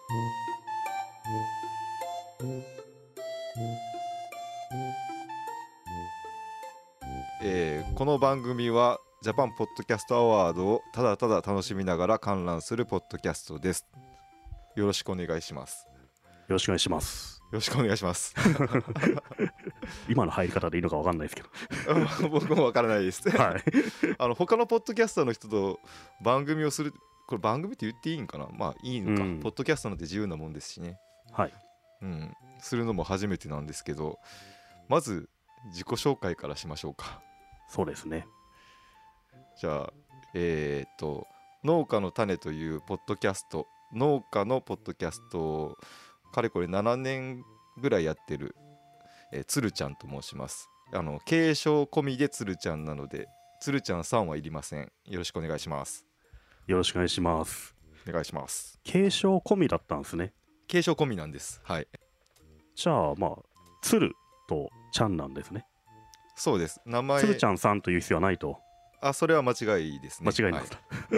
この番組はジャパンポッドキャストアワードをただただ楽しみながら観覧するポッドキャストです。よろしくお願いします。 よろしくお願いします。 よろしくお願いします。 今の入り方でいいのか分かんないですけど僕も分からないです。 はい。 他のポッドキャスターの人と番組をする、これ番組って言っていいんかな。まあいいのか、ポッドキャストなんて自由なもんですしね。 はい。 するのも初めてなんですけど、まず自己紹介からしましょうか。 そうですね。 じゃあ農家の種というポッドキャスト、農家のポッドキャストをかれこれ7年ぐらいやってる、つるちゃんと申します。継承込みでつるちゃんなので、つるちゃんさんはいりません。よろしくお願いします。 よろしくお願いします。 お願いします。 継承込みだったんですね。 継承込みなんです。はい。 じゃあまあつるとちゃんなんですね。 そうです。名前つるちゃんさんという必要はないと。 それは間違いですね。 間違いなかった。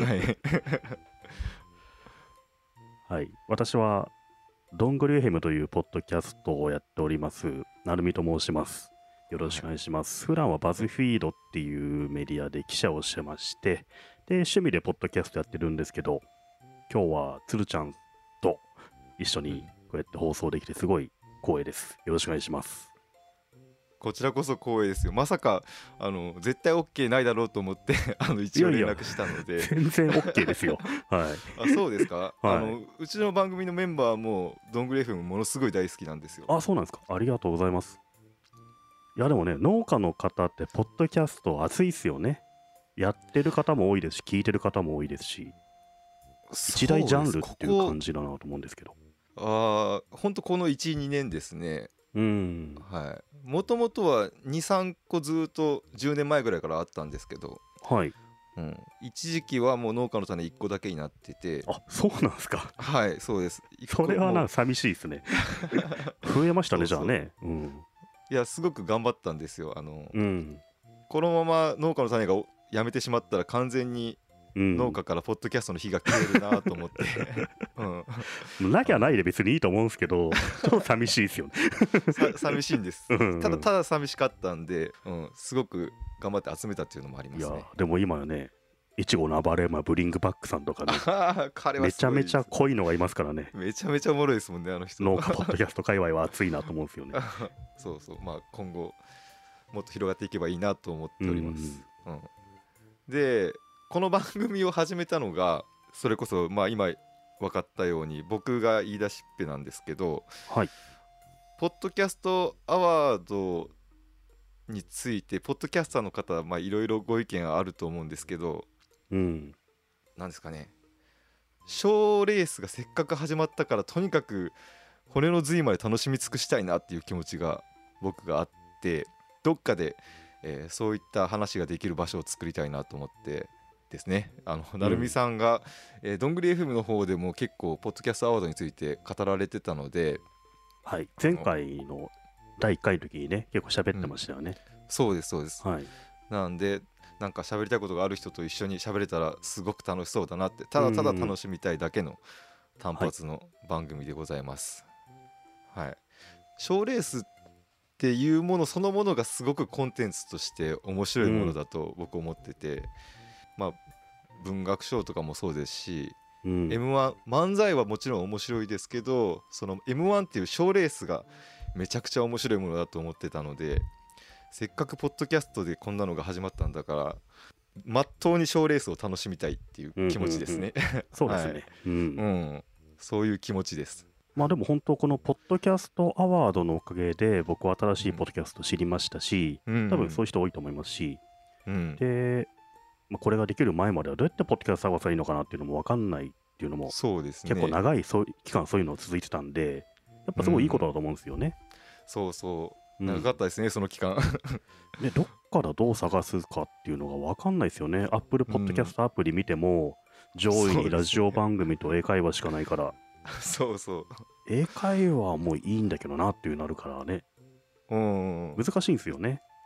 はい。 はい。私はどんぐりエヘムというポッドキャストをやっておりますなるみと申します。よろしくお願いします。普段はバズフィードっていうメディアで記者をしてまして、で趣味でポッドキャストやってるんですけど、今日はつるちゃんと一緒にこうやって放送できてすごい光栄です。よろしくお願いします。 こちらこそ光栄ですよ。まさか絶対 OK ないだろうと思って一応連絡したので。 全然 OK ですよ。はい。 そうですか。 はい、 うちの番組のメンバーもどんぐり FM ものすごい大好きなんですよ。 そうなんですか。ありがとうございます。いやでもね、農家の方ってポッドキャスト熱いっすよね。やってる方も多いですし、聞いてる方も多いですし、一大ジャンルっていう感じだなと思うんですけど。 ほんとこの 1,2 年ですね。 はい。もともとは 2,3 個ずっと10年前ぐらいからあったんですけど、 はい。 一時期はもう農家の種1個だけになってて。 そうなんですか。 はい、そうです。 それは寂しいですね。増えましたね。じゃあね。 いやすごく頑張ったんですよ。このまま農家の種がやめてしまったら完全に農家からポッドキャストの火が消えるなと思ってなきゃないで別にいいと思うんですけど、ちょっと寂しいですよね。 寂しいんです。ただ寂しかったんで、すごく頑張って集めたっていうのもありますね。 いやでも今はね、いちごの暴れ馬ブリングバックさんとかねめちゃめちゃ濃いのがいますからね。 めちゃめちゃおもろいですもんね、あの人。 農家ポッドキャスト界隈は熱いなと思うんですよね。 そうそう、まあ今後もっと広がっていけばいいなと思っております。でこの番組を始めたのがそれこそまあ今分かったように僕が言い出しっぺなんですけど、 はい、 ポッドキャストアワードについてポッドキャスターの方いろいろご意見あると思うんですけど、なんですかね、賞レースがせっかく始まったからとにかく骨の髄まで楽しみ尽くしたいなっていう気持ちが僕があって、どっかで、そういった話ができる場所を作りたいなと思ってですね。なるみさんが、どんぐり FM の方でも結構ポッドキャストアワードについて語られてたので、 はい、前回の第1回の時にね結構喋ってましたよね。 そうですそうです、 はい、 なんでなんか喋りたいことがある人と一緒に喋れたらすごく楽しそうだなって、ただただ楽しみたいだけの単発の番組でございます。はい。賞レースっていうものそのものがすごくコンテンツとして面白いものだと僕思ってて、文学賞とかもそうですし、M1 漫才はもちろん面白いですけど、その M1 っていう賞レースがめちゃくちゃ面白いものだと思ってたので、せっかくポッドキャストでこんなのが始まったんだからまっとうに賞レースを楽しみたいっていう気持ちですね。 そうですね。 そういう気持ちです。 でも本当このポッドキャストアワードのおかげで僕は新しいポッドキャスト知りましたし、多分そういう人多いと思いますし、で、これができる前まではどうやってポッドキャストアワードがいいのかなっていうのも分かんないっていうのもそうですね、 結構長い期間そういうの続いてたんで、やっぱすごいいいことだと思うんですよね。 そうそう長かったですね、その期間でどっからどう探すかっていうのが分かんないですよね。Apple Podcast アプリ見ても上位にラジオ番組と英会話しかないからそうそう、 英会話もいいんだけどなっていうなるからね、難しいんですよね。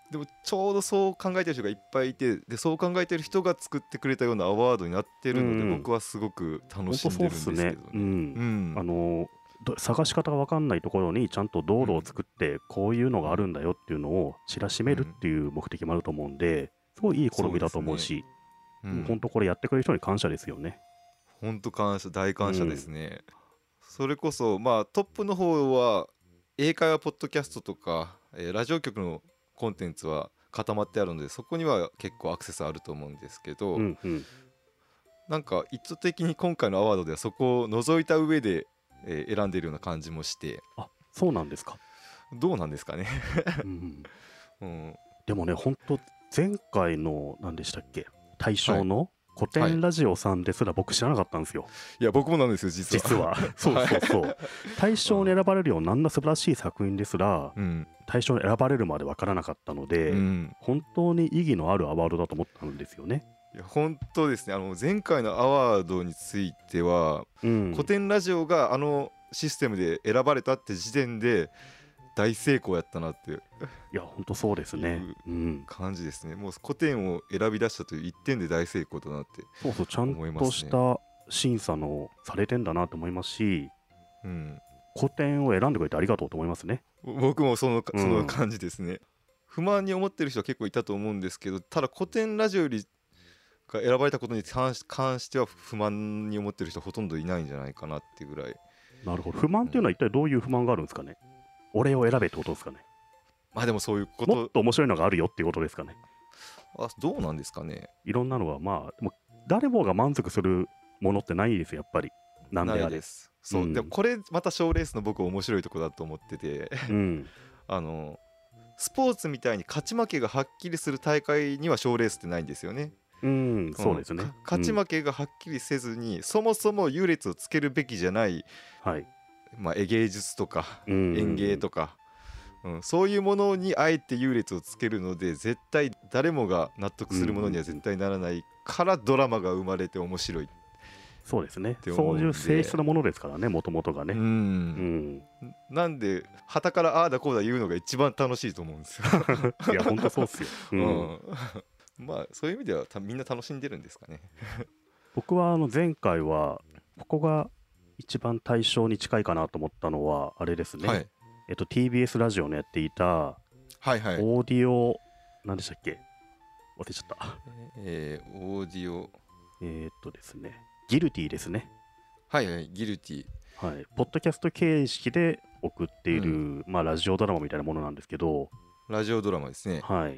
でもちょうどそう考えてる人がいっぱいいて、でそう考えてる人が作ってくれたようなアワードになってるので、 うん僕はすごく楽本当しんでるんそうっすね。 ですけどね。 うん。 うん探し方が分かんないところにちゃんと道路を作ってこういうのがあるんだよっていうのを知らしめるっていう目的もあると思うんで、すごいいい試みだと思うし、本当これやってくれる人に感謝ですよね。 本当感謝、大感謝ですね。それこそまあトップの方は英会話ポッドキャストとか、ラジオ局のコンテンツは固まってあるので、そこには結構アクセスあると思うんですけど、 うんうん。 なんか意図的に今回のアワードではそこを除いた上で、選んでいるような感じもして、 あ、そうなんですか。 どうなんですかね。 うんうん、 でもね、本当前回の何でしたっけ、大賞の古はい典ラジオさんですら僕知らなかったんですよ。 いや僕もなんですよ実は。 そうそうそう。大賞に選ばれるようなあんな素晴らしい作品ですら、 うん大賞に選ばれるまで分からなかったので、 うん本当に意義のあるアワードだと思ったんですよね。 いや本当ですね。前回のアワードについては、 うん、 古典ラジオがシステムで選ばれたって時点で大成功やったなっていういや本当そうですね。うん、 感じですね。もう古典を選び出したという一点で大成功だなってそうそう、ちゃん思いますね。 とした審査のされてんだなと思いますし、 うん古典を選んでくれてありがとうと思いますね。 僕もその感じですね。不満に思ってる人は結構いたと思うんですけど、ただ古典ラジオよりが選ばれたことに関しては不満に思ってる人はほとんどいないんじゃないかなっていうぐらい。 なるほど。不満っていうのは一体どういう不満があるんですかね。俺を選べってことですかね。 まあでもそういうこもっと、 と面白いのがあるよっていうことですかね。 どうなんですかね。 いろんなのはまあ、でも誰もが満足するものってないですよ、やっぱり。なんであれ。 ないです。そう、でもこれまた賞レースの僕面白いところだと思っててうん、 スポーツみたいに勝ち負けがはっきりする大会には賞レースってないんですよね。 うん、そうですね。 勝ち負けがはっきりせずに、そもそも優劣をつけるべきじゃない、 はい。 まあ、芸術とかうん演芸とか、そういうものにあえて優劣をつけるので、絶対誰もが納得するものには絶対ならないからドラマが生まれて面白い。 そうですね。 て思うんでそういう性質のものですからね、もともとがね。 なんで傍からああだこうだ言うのが一番楽しいと思うんですよ。 いや、本当そうっすよ。 まあそういう意味ではみんな楽しんでるんですかね。 僕は前回は、ここが一番対象に近いかなと思ったのは、あれですね。 はい、 TBS ラジオのやっていた、 はいはい、 オーディオ、何でしたっけ、忘れちゃった。 オーディオ。 ですね、ギルティですね。 はいはい、ギルティ。 はい。ポッドキャスト形式で送っている、まあ、ラジオドラマみたいなものなんですけど、 ラジオドラマですね。 はい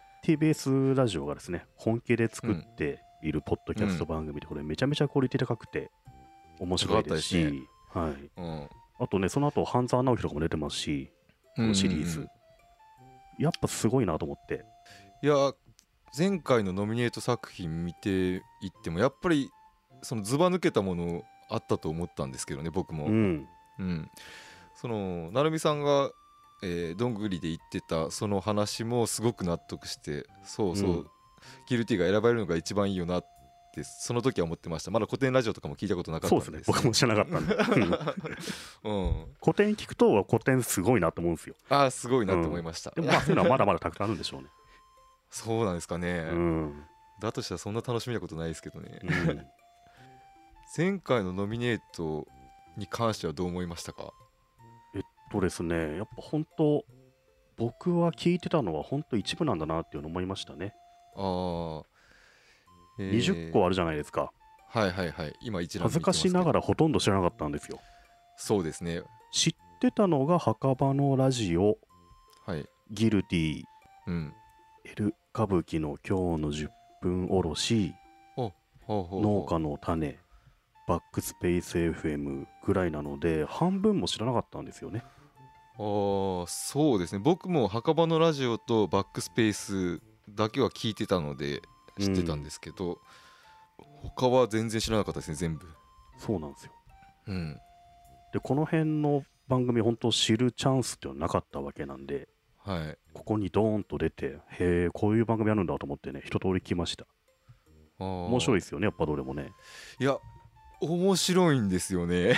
。TBS ラジオがですね、本気で作っているポッドキャスト番組で、これめちゃめちゃクオリティ高くて面白いですし、はい。あとね、その後、半沢直樹とかも出てますし、このシリーズ。やっぱすごいなと思って。 いや、前回のノミネート作品見ていっても、やっぱりそのずば抜けたものあったと思ったんですけどね、僕も。その成美さんが、どんぐりで言ってたその話もすごく納得して、そうそう、ギルティが選ばれるのが一番いいよなってその時は思ってました。まだ古典ラジオとかも聞いたことなかったんで。 そうですね、僕も知らなかったんで、古典聞くと古典すごいなと思うんですよ。 ああ、すごいなと思いました。 でもまあそういうのはまだまだたくさんあるんでしょうね。 そうなんですかね。だとしたらそんな楽しみなことないですけどね。前回のノミネートに関してはどう思いましたか？ ですね、やっぱ本当僕は聞いてたのは本当一部なんだなっていうのを思いましたね。20個あるじゃないですか。 はいはいはい。今一覧恥ずかしながらほとんど知らなかったんですよ。 そうですね。 知ってたのが墓場のラジオ、 はい、 ギルティ、エル歌舞伎の今日の10分おろし、農家の種、バックスペース FM ぐらいなので、半分も知らなかったんですよね。 そうですね。僕も墓場のラジオとバックスペースだけは聞いてたので知ってたんですけど、他は全然知らなかったですね、全部。 そうなんですよ。でこの辺の番組本当知るチャンスっていうのはなかったわけなんで、ここにドーンと出て、へえこういう番組あるんだと思ってね、一通り聞きました。面白いですよね、やっぱどれもね。 いや面白いんですよね。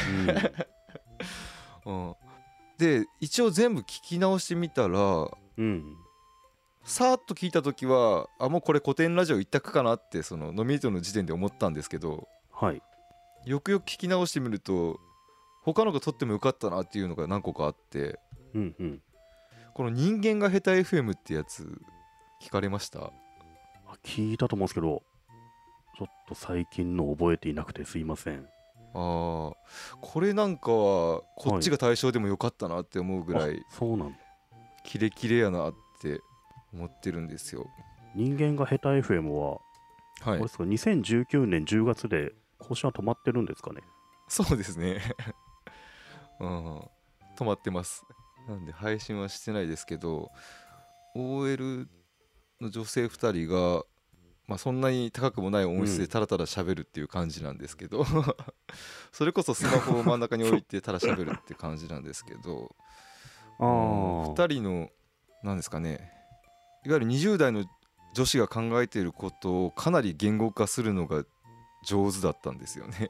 で一応全部聞き直してみたら、 さーっと聞いた時はもうこれ古典ラジオ一択かなってそのノミネートの時点で思ったんですけど、 はい。 よくよく聞き直してみると他のが撮ってもよかったなっていうのが何個かあって、 うんうん。 この人間が下手 FM ってやつ聞かれました？ 聞いたと思うんですけど、ちょっと最近の覚えていなくてすいません。 これなんかはこっちが対象でもよかったなって思うぐらいそうなんだ。 キレキレやなって思ってるんですよ。 人間が下手 FM は、あはい、 れですか、2019年10月で更新は止まってるんですかね。 そうですね止まってます。なんで配信はしてないですけど、 OL の女性2人が、そんなに高くもない音質でただただ喋るっていう感じなんですけど、それこそスマホを真ん中に置いてただ喋るって感じなんですけど、2人のなんですかね、いわゆる20代の女子が考えていることをかなり言語化するのが上手だったんですよね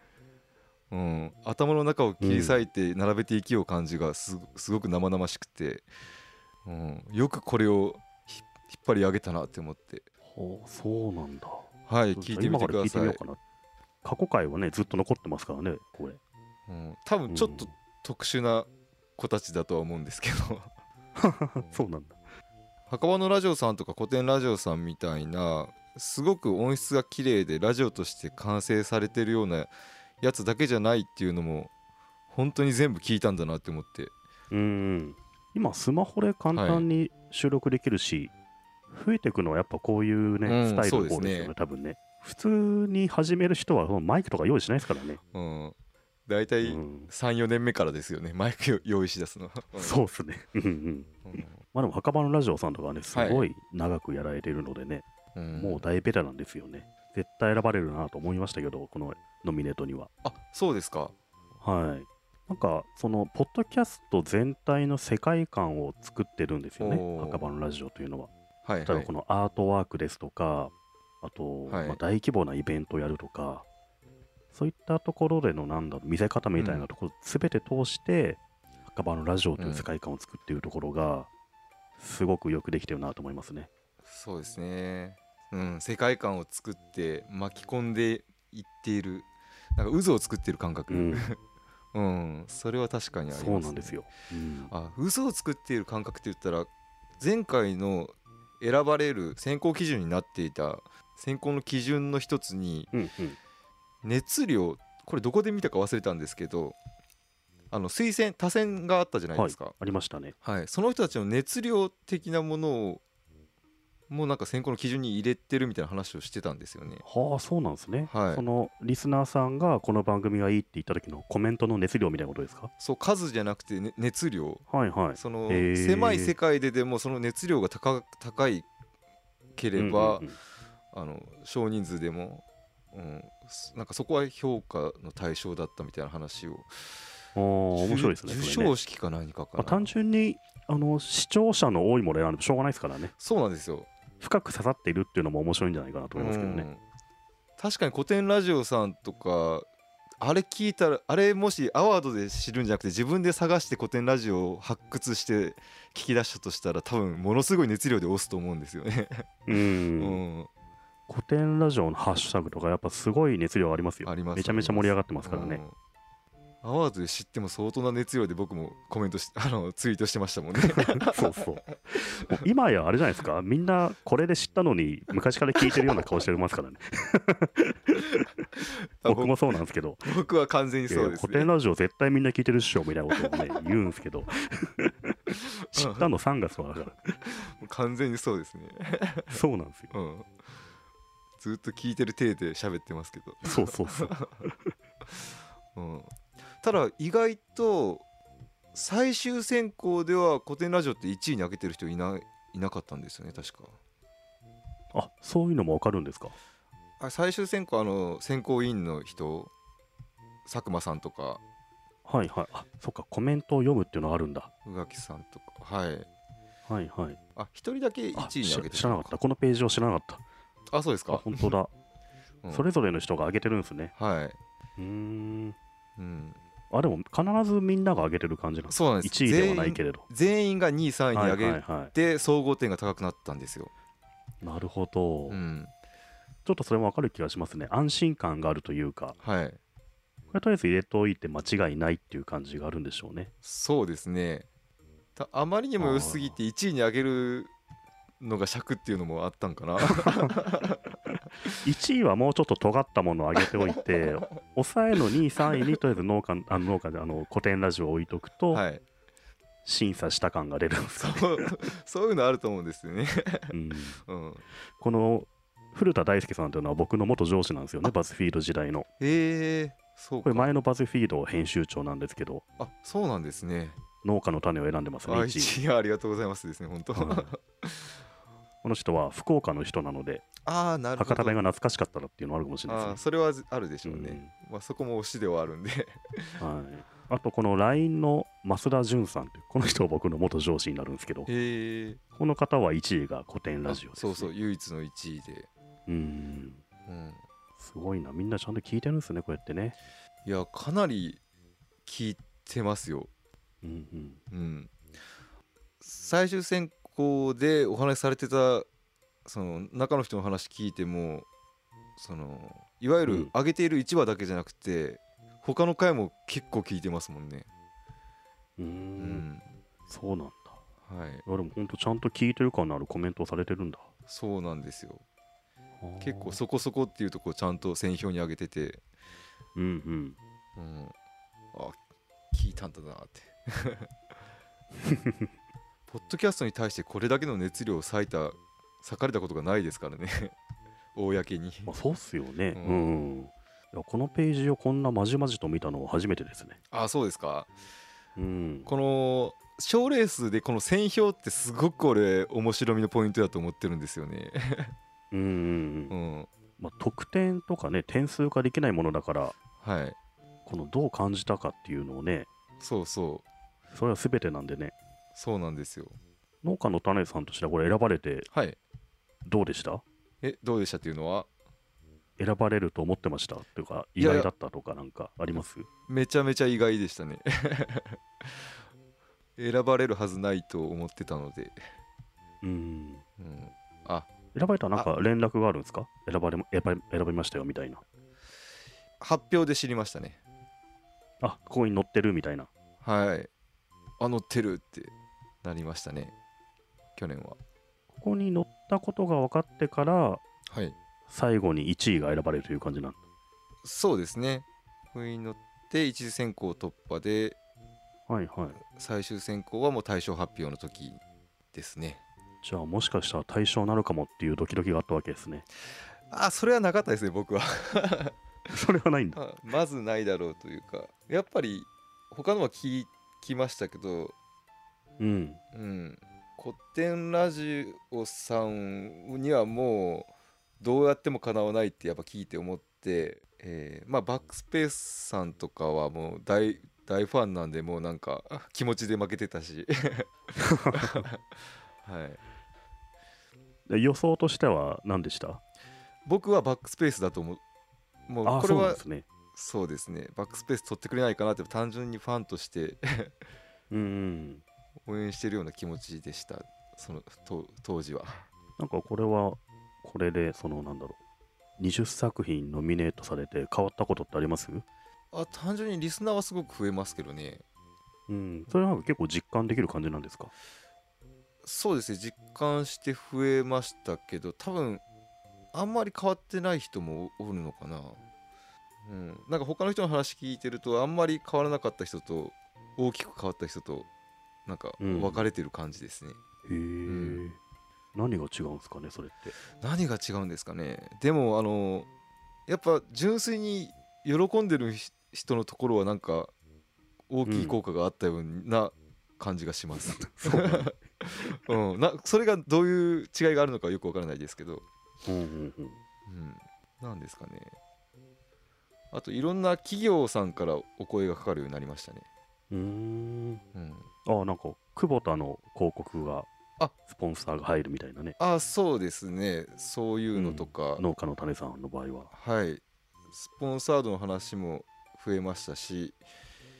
頭の中を切り裂いて並べていきよう感じがすごく生々しくて、よくこれを引っ張り上げたなって思って、 そうなんだ。 はい、聞いてみてください。 過去回はね、ずっと残ってますからね、これ。 多分ちょっと特殊な子たちだとは思うんですけどそうなんだ。 墓場のラジオさんとか古典ラジオさんみたいなすごく音質が綺麗でラジオとして完成されてるようなやつだけじゃないっていうのも本当に全部聞いたんだなって思って、 今スマホで簡単に収録できるし、増えていくのはやっぱこういうね、スタイルの方ですよね、多分ね。普通に始める人はマイクとか用意しないですからね。 だいたい 3,4 年目からですよね、マイク用意しだすのそうっすねまあでも墓場のラジオさんとかはね、すごい長くやられてるのでね、もう大ベテランですよね。絶対選ばれるなと思いましたけど、このノミネートには。 そうですか。 はい。なんかそのポッドキャスト全体の世界観を作ってるんですよね、墓場のラジオというのは。例えばこのアートワークですとか、あと、大規模なイベントをやるとか、そういったところでの見せ方みたいなところ全て通して墓場のラジオという世界観を作っているところがすごくよくできてるなと思いますね。 そうですね、世界観を作って巻き込んでいっている、なんか渦を作っている感覚、それは確かにありますね。 そうなんですよ、 渦を作っている感覚って言ったら、前回の選ばれる選考基準になっていた選考の基準の一つに、熱量、これどこで見たか忘れたんですけど、推薦多選があったじゃないですか、 ありましたね。 その人たちの熱量的なものをもうなんか選考の基準に入れてるみたいな話をしてたんですよね。 そうなんですね、そのリスナーさんがこの番組がいいって言った時のコメントの熱量みたいなことですか？ そう、数じゃなくて、熱量、その狭い世界ででもその熱量が高いければ、少人数でも、なんかそこは評価の対象だったみたいな話を。 面白いですね。 授賞式か何かかな、 単純に視聴者の多いもの選んでしょうがないですからね。 そうなんですよ。 深く刺さっているっていうのも面白いんじゃないかなと思いますけどね。 確かに古典ラジオさんとかあれ聞いたら、あれもしアワードで知るんじゃなくて自分で探して古典ラジオを発掘して聞き出したとしたら、多分ものすごい熱量で押すと思うんですよね古典ラジオのハッシュタグとかやっぱすごい熱量ありますよ。めちゃめちゃ盛り上がってますからね。 アワードで知っても相当な熱量で僕もコメントしツイートしてましたもんねそうそう今やあれじゃないですか、みんなこれで知ったのに昔から聞いてるような顔してますからね僕もそうなんですけど、 僕は完全にそうですね。 古典ラジオ絶対みんな聞いてるっしょみたいなことをね言うんですけど知ったの3月はだから完全にそうですねそうなんですよ、 ずっと聞いてる体で喋ってますけどそうただ意外と最終選考では古典ラジオって1位に上げてる人いなかったんですよね、確か。 そういうのも分かるんですか？ 最終選考、選考委員の人、佐久間さんとか、 そっか、コメントを読むっていうのがあるんだ。 宇垣さんとか、一人だけ1位に上げてる。 知らなかった。このページを知らなかった。 そうですか。 本当だ、それぞれの人が上げてるんですね。 あ、でも必ずみんなが上げてる感じなんですか？ そうなんです。 1位ではないけれど。 全員が2位3位に上げはいはいはて総合点が高くなったんですよ。 い。なるほど。 うんちょっとそれもわかる気がしますね。安心感があるというか、 はい、 これとりあえず入れておいて間違いないっていう感じがあるんでしょうね。 そうですね。あまりにも良すぎて1位に上げるのが尺っていうのもあったんかな。 1位はもうちょっと尖ったものを上げておいて、抑えの2位、3位にとりあえず農家で古典ラジオを置いとくと、 はい、 審査した感が出るんですかね。 そういうのあると思うんですよね。 うんうん、 この古田大輔さんというのは僕の元上司なんですよね、バズフィード時代の。 へえ、そうか。 これ前のバズフィード編集長なんですけど、 あ、そうなんですね。 農家の種を選んでますね、 あ、 1位。 1位ありがとうございますですね、本当。 はいこの人は福岡の人なので、 ああ、なるほど。 博多弁が懐かしかったらっていうのはあるかもしれないああ、 ですそれはあるでしょうね。 ね。 まあ、そこも推しではあるんで。 はい、あと、この LINE の増田淳さんって、この人は僕の元上司になるんですけど、 へえ。 この方は1位が古典ラジオです、ね。 そうそう、唯一の1位で。 うん。 うん。 すごいな。みんなちゃんと聞いてるんですね、こうやってね。 いや、かなり聞いてますよ。 うんうん。 うん。最終選考でお話しされてたその中の人の話聞いても、そのいわゆる上げている1話だけじゃなくて、他の回も結構聞いてますもんね。うん。 そうなんだ。 はい。 いやでも本当ちゃんと聞いてる感のあるコメントをされてるんだ。 そうなんですよ。 あー結構そこそこっていうところちゃんと選票に上げてて、 うんうん。 うん、あ、聞いたんだなってポッドキャストに対してこれだけの熱量を割かれたことがないですからね。公に。 まあ、そうっすよね。 うんうん。いやこのページをこんなまじまじと見たのは初めてですね。 あ、そうですか。 うん。 この賞レースでこの選票ってすごく俺面白みのポイントだと思ってるんですよね。 うんうんう。 うんん。 まあ、得点とかね、点数化できないものだから、 はい。 このどう感じたかっていうのをね、 そうそうそれは全てなんでね、 そうなんですよ。 農家の種さんとしてはこれ選ばれてはい。 どうでした？ どうでしたっていうのは、 選ばれると思ってましたというか、意いやいや外だったとかなんかあります？ めちゃめちゃ意外でしたね。選ばれるはずないと思ってたので。 うん。 うん。あ、 選ばれたらなんか連絡があるんですか？選びましたよみたいな。 発表で知りましたね。 あ、ここに載ってるみたいな。 はい。乗ってるってなりましたね。去年は。 ここに載ったことが分かってから、 はい。 最後に1位が選ばれるという感じなんだ。 そうですね。上に乗って一次選考突破で、 はいはい。 最終選考はもう大賞発表の時ですね。 じゃあもしかしたら対象になるかもっていうドキドキがあったわけですね。 それはなかったですね、僕は。 それはないんだ。 まずないだろうというか、やっぱり他のは聞きましたけど、 うん。 うん、古典ラジオさんにはもうどうやってもかなわないってやっぱ聞いて思って、まあバックスペースさんとかはもう大ファンなんで、もうなんか気持ちで負けてたし。はい、 で予想としては何でした？ 僕はバックスペースだと思う。もうああ、 これはそうなんですね。 そうですね、バックスペース取ってくれないかなって単純にファンとしてうんうん。 応援してるような気持ちでした、その当時は。 なんかこれは、これで、なんだろう。20作品ノミネートされて変わったことってあります？ 単純にリスナーはすごく増えますけどね。 うん。それは結構実感できる感じなんですか？ そうですね、実感して増えましたけど、多分あんまり変わってない人もおるのかな。うん、なんか他の人の話聞いてると、あんまり変わらなかった人と大きく変わった人となんか分かれてる感じですね。 へえ、 ん何が違うんですかね、それって。 何が違うんですかね。でもやっぱ純粋に喜んでる人のところはなんか大きい効果があったような感じがします。 そうなんだ。 それがどういう違いがあるのかよくわからないですけど、 うんうんうん。 なんですかね。あといろんな企業さんからお声がかかるようになりましたね。 うーん。 うん、 あ、なんか、久保田の広告が、 あスポンサーが入るみたいなね。 そうですね、そういうのとか、 農家の種さんの場合は。 はい、スポンサードの話も増えましたし、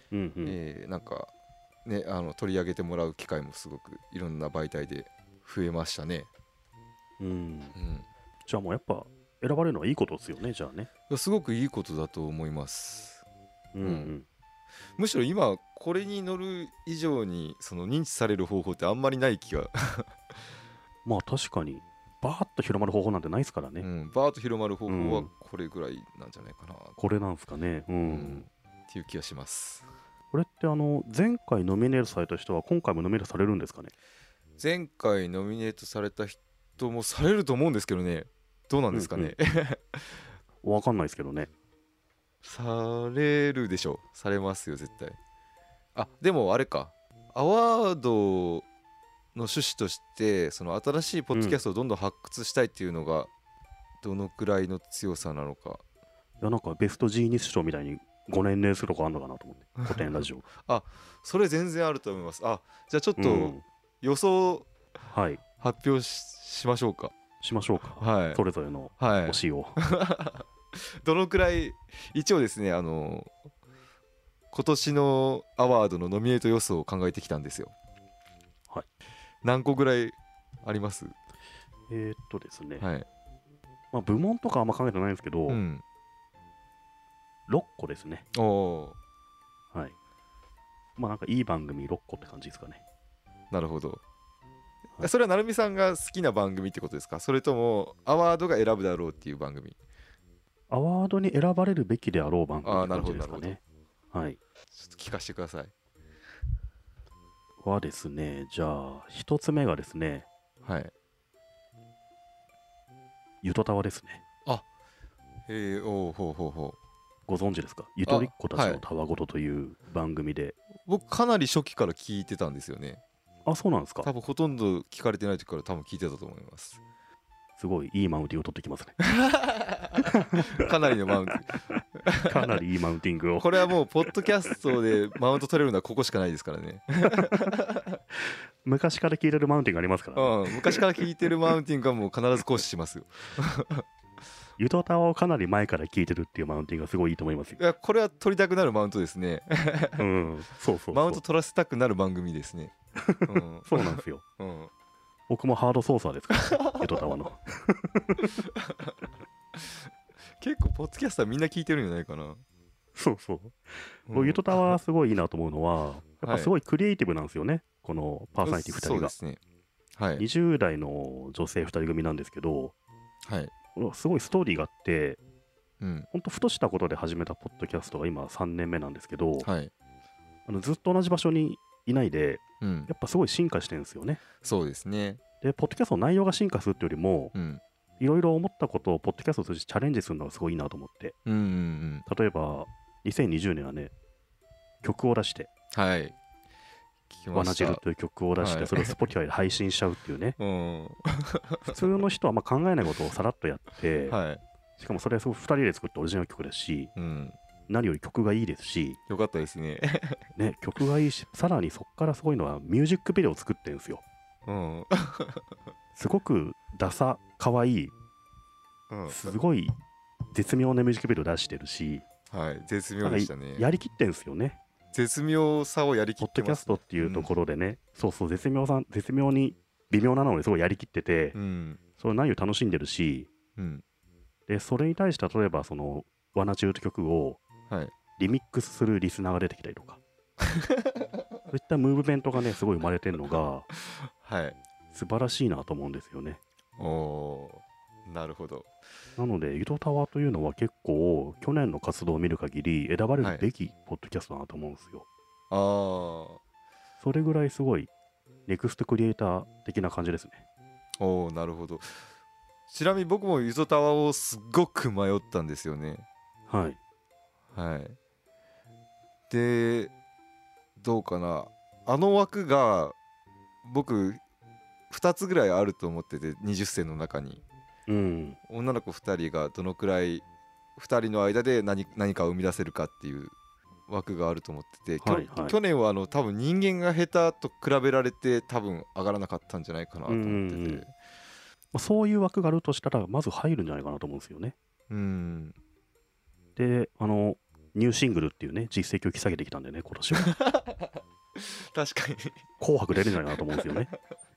うんうん。 なんかね取り上げてもらう機会もすごくいろんな媒体で増えましたね。 うん。 うん、 じゃあもうやっぱ選ばれるのはいいことですよね、じゃあね。 いやすごくいいことだと思います。 うんううん、 ん。 むしろ今これに乗る以上にその認知される方法ってあんまりない気が、 まあ確かに、バーッと広まる方法なんてないですからね。 うん、バーッと広まる方法はうん。 これぐらいなんじゃないかな、 これなんすかね。ううん。 ん、っていう気がします。 これって前回ノミネートされた人は今回もノミネートされるんですかね。 前回ノミネートされた人もされると思うんですけどね、どうなんですかね。 うんうん。わかんないですけどね。 されるでしょう。されますよ絶対。あ、でもあれか、アワードの趣旨としてその新しいポッドキャうん。 ストをどんどん発掘したいっていうのがどのくらいの強さなのか。 いや、なんかベストジーニス賞みたいに5年連するとかあんのかなと思って。古典ラジオ。 あ、それ全然あると思います。あ、じゃあちょっとうん。 予想はい。 発表しましょうか。 しましょうか。 はいそれぞれのはい。 推しを。 どのくらい、一応ですね、今年のアワードのノミネート予想を考えてきたんですよ。 はい。 何個ぐらいあります？ ですね。 はい。 まあ部門とかあんま考えてないんですけど、 うん。 6個ですね。 おお、 はい。まあなんかいい番組6個って感じですかね。 なるほど。 はい。 それは成美さんが好きな番組ってことですか？それともアワードが選ぶだろうっていう番組？ アワードに選ばれるべきであろう番組っああ、なるて感ほどなるほど。 じですかね。はい。 ちょっと聞かせてください。 はですね、じゃあ、一つ目がですね、 はい。 ゆとたわですね。 あ、おお、ほうほうほう。 ご存知ですか？ゆとりあ、 っ子たちはい。 のたわごとという番組で。 僕かなり初期から聞いてたんですよね。 あ、そうなんですか。 多分ほとんど聞かれてない時から多分聞いてたと思います。 すごいいいマウンティングを取ってきますね。 かなりのマウント。 かなりいいマウンティングを。 これはもうポッドキャストでマウント取れるのはここしかないですからね。 昔から聞いてるマウンティングありますからね。 うん、昔から聞いてるマウンティングはもう必ず行使しますよ。 ゆとたわをかなり前から聞いてるっていうマウンティングがすごいいいと思いますよ。 いや、これは取りたくなるマウントですね。 うん、そうそうマウンそう。 ト取らせたくなる番組ですね。うん。 そうなんですよ。 うん、 僕もハード操作ですからね、ゆとたわの。 結構ポッドキャスターみんな聞いてるんじゃないかな。 そうそう。僕ゆうん、 とたわすごいいいなと思うのは、やっぱはい。 すごいクリエイティブなんですよね、このパーソナリティ2人が。 そうですね。はい。 20代の女性2人組なんですけど、 はい。 すごいストーリーがあって、 うん。 ほんとふとしたことで始めたポッドキャストが今3年目なんですけど、 はい。 ずっと同じ場所にいないで、 うん。 やっぱすごい進化してるんですよね。 そうですね。 で、ポッドキャストの内容が進化するっていうよりも、 うん。 いろいろ思ったことをポッドキャストを通じてチャレンジするのがすごいいいなと思って。 うんうんうん。 例えば、2020年はね、曲を出して、 はい。聞きまワナした。 ジルという曲を出して、 はい。 それを Spotify で配信しちゃうっていうね。 うん。 普通の人はあんま考えないことをさらっとやって、 はい。 しかもそれはすごく2人で作ったオリジナル曲ですし、 うん。 何より曲がいいですし、 よかったですね。 ね、曲がいいし、さらにそこからすごいのはミュージックビデオを作ってるんですよ。 うん。 すごくダサ、かわいい、 うん。 すごい絶妙なミュージックビデオ出してるし、 はい。絶なんか妙でしたね。 やりきってんですよね。 絶妙さをやりきポッドキャストってますね。 っていうところでね、そうそう、絶妙に微妙なのにすごいやりきってて、 うん。 その内容楽しんでるし、 うん。 で、それに対して例えばその、ワナチューと曲をはい。 リミックスするリスナーが出てきたりとか、そういったムーブメントがね、すごい生まれてるのが、 はい。 素晴らしいなと思うんですよね。 おー。なるほど。 なので、ゆとたわというのは結構、去年の活動を見る限り、選ばれるはい。 べきポッドキャストだなと思うんですよ。 あー。 それぐらいすごい、ネクストクリエイター的な感じですね。 おー、なるほど。ちなみに僕もゆぞたわをすっごく迷ったんですよね。 はい。 はい。で、どうかな。あの枠が僕2つぐらいあると思ってて、20選の中に。 うん。 女の子2人がどのくらい2人の間で何かを生み出せるかっていう枠があると思ってて、 はいはい。 去年は多分人間が下手と比べられて多分上がらなかったんじゃないかなうんうんうと思ってん。 て。 まあそういう枠があるとしたら、まず入るんじゃないかなと思うんですよね。 うん。 で、 ニューシングルっていうね、実績を引き下げてきたんでね、今年は。 確かに紅白出れるんじゃないかなと思うんですよね。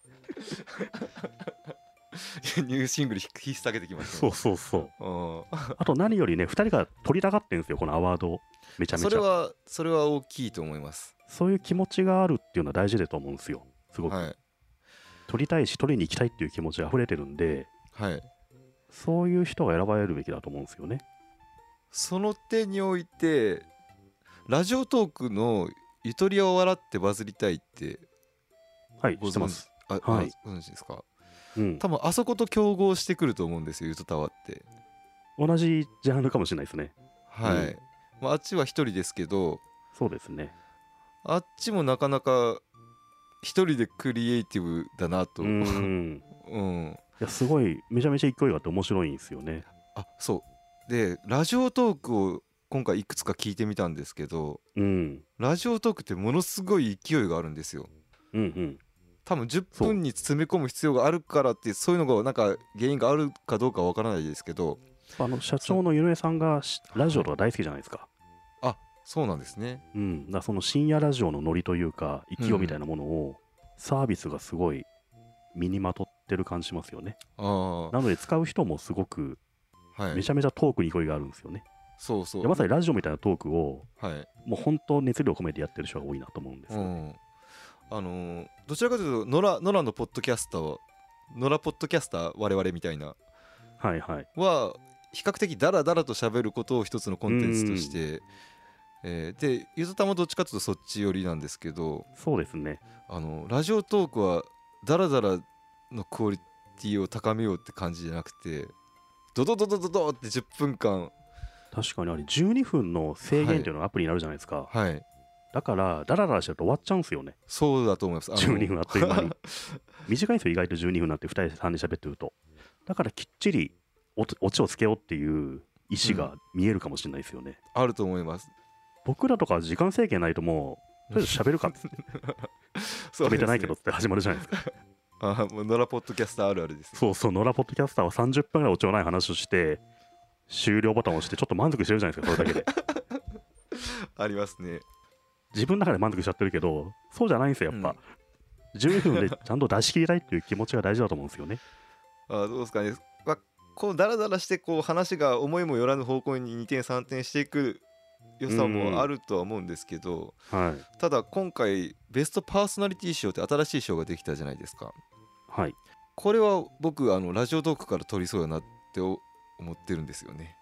ニューシングル引っ提げてきましたそうね。 そうそう。 うんあと何よりね、2人が取りたがってるんですよ、このアワードを。めちゃめちゃ。 それは大きいと思います。 そういう気持ちがあるっていうのは大事だと思うんですよ。すごく。 はい取りたいし、取りに行きたいっていう気持ちが溢れてるんで、 はい。 そういう人が選ばれるべきだと思うんですよね。 その点においてラジオトークのゆとりを笑ってバズりたいってはい、 ご存知知ってます。はい。 ご存知ですか？ うん。 多分あそこと競合してくると思うんですよ、ゆとたわって。 同じジャンルかもしれないですね。 はい、 うんまあ、あっちは一人ですけど、 そうですね。 あっちもなかなか一人でクリエイティブだなと。 うんうんいや、すごい、めちゃめちゃ勢いがあって面白いんですよね。 あそうでラジオトークを今回いくつか聞いてみたんですけど、 うん。 ラジオトークってものすごい勢いがあるんですよ。 うん。 多分10 そう分に詰め込む必要があるからってそういうのがなんか原因があるかどうかわからないですけど、 社長の井上さんがラジオとか大好きじゃないですか。 あそうなんですね。 うん。だからその深夜ラジオのノリというか、勢いみたいなものを、サービスがすごい身にまとってる感じしますよね。 あなので、使う人もすごく、 あはいめちゃめちゃトークに勢いがあるんですよね。 そうそうでまさにラジオみたいなトークを、 はいもう本当熱量込めてやってる人が多いなと思うんですよ。 どちらかというとノラのポッドキャスターノラポッドキャスター我々みたいなはいはい。 は比較的ダラダラと喋ることを一つのコンテンツとして、でゆずたもどっちかというとそっち寄りなんですけど、 そうですね。 ラジオトークはダラダラのクオリティを高めようって感じじゃなくてドドドドドドって10分間確かにあれ12分の制限っていうのがアプリになるじゃないですか。 はいだから、ダラダラしてると終わっちゃうんですよね。 そうだと思います。 12分あっという間に。短いんですよ、意外と12分なんて2人で3人喋ってると。だからきっちりオチをつけようっていう意思が見えるかもしれないですよね。 あると思います。 僕らとか時間制限ないともう、とりあえず喋るかっつって、 そうですね決めてないけどって始まるじゃないですか。 もうノラポッドキャスターあるあるです、ね、 そうそう、野良ポッドキャスターは30分ぐらいオチのない話をして、終了ボタンを押してちょっと満足してるじゃないですか、それだけで。 ありますね。 自分の中で満足しちゃってるけど、そうじゃないんですよ、やっぱ。12分でちゃんと出し切りたいっていう気持ちが大事だと思うんですよね。 どうですかね、こうダラダラしてこう話が思いもよらぬ方向に2点3点していく良さもあるとは思うんですけど、 はただ今回ベストパーソナリティ賞って新しい賞ができたじゃないですか。 い。はい。 これは僕ラジオトークから取りそうやなって思ってるんですよね。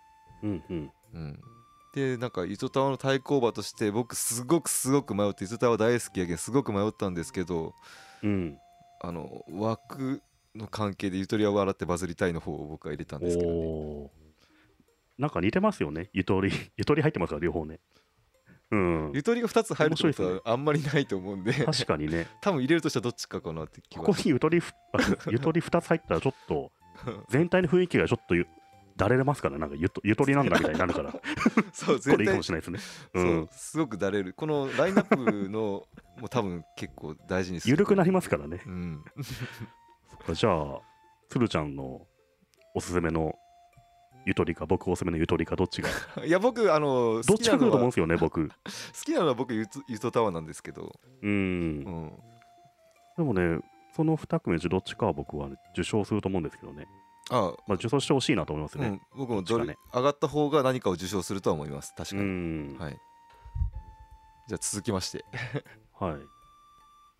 でなんかゆとたわの対抗馬として僕すごく迷って、ゆとたわ大好きやけんすごく迷ったんですけど、枠の関係でゆとりは笑ってバズりたいの方を僕は入れたんですけどね。 なんか似てますよね。ゆとり入ってますから、両方ね。 ゆとりが2つ入るってこと面白いはあんまりないと思うんで確かにね。 多分入れるとしたらどっちかかなって気は。 ここにゆとり2つ入ったらちょっと、全体の雰囲気がちょっとだれますから、なんかゆとりなんだみたいになるから、 そうこれいいかもしれないですね。 そうすごくだれる。このラインナップのもう多分結構大事にする。 緩くなりますからね。そっか、じゃあ、つるちゃんのおすすめのゆとりか、僕おすすめのゆとりか、どっちがいや僕どっちか来ると思うんですよね、僕。 好きなのは僕ゆとたわなんですけど、 でもね、その2組のうちどっちかは僕は、ね、受賞すると思うんですけどね。受賞してほしいなと思いますね。 僕も上がった方が何かを受賞するとは思います。確かに。はい。じゃあ続きましてはい。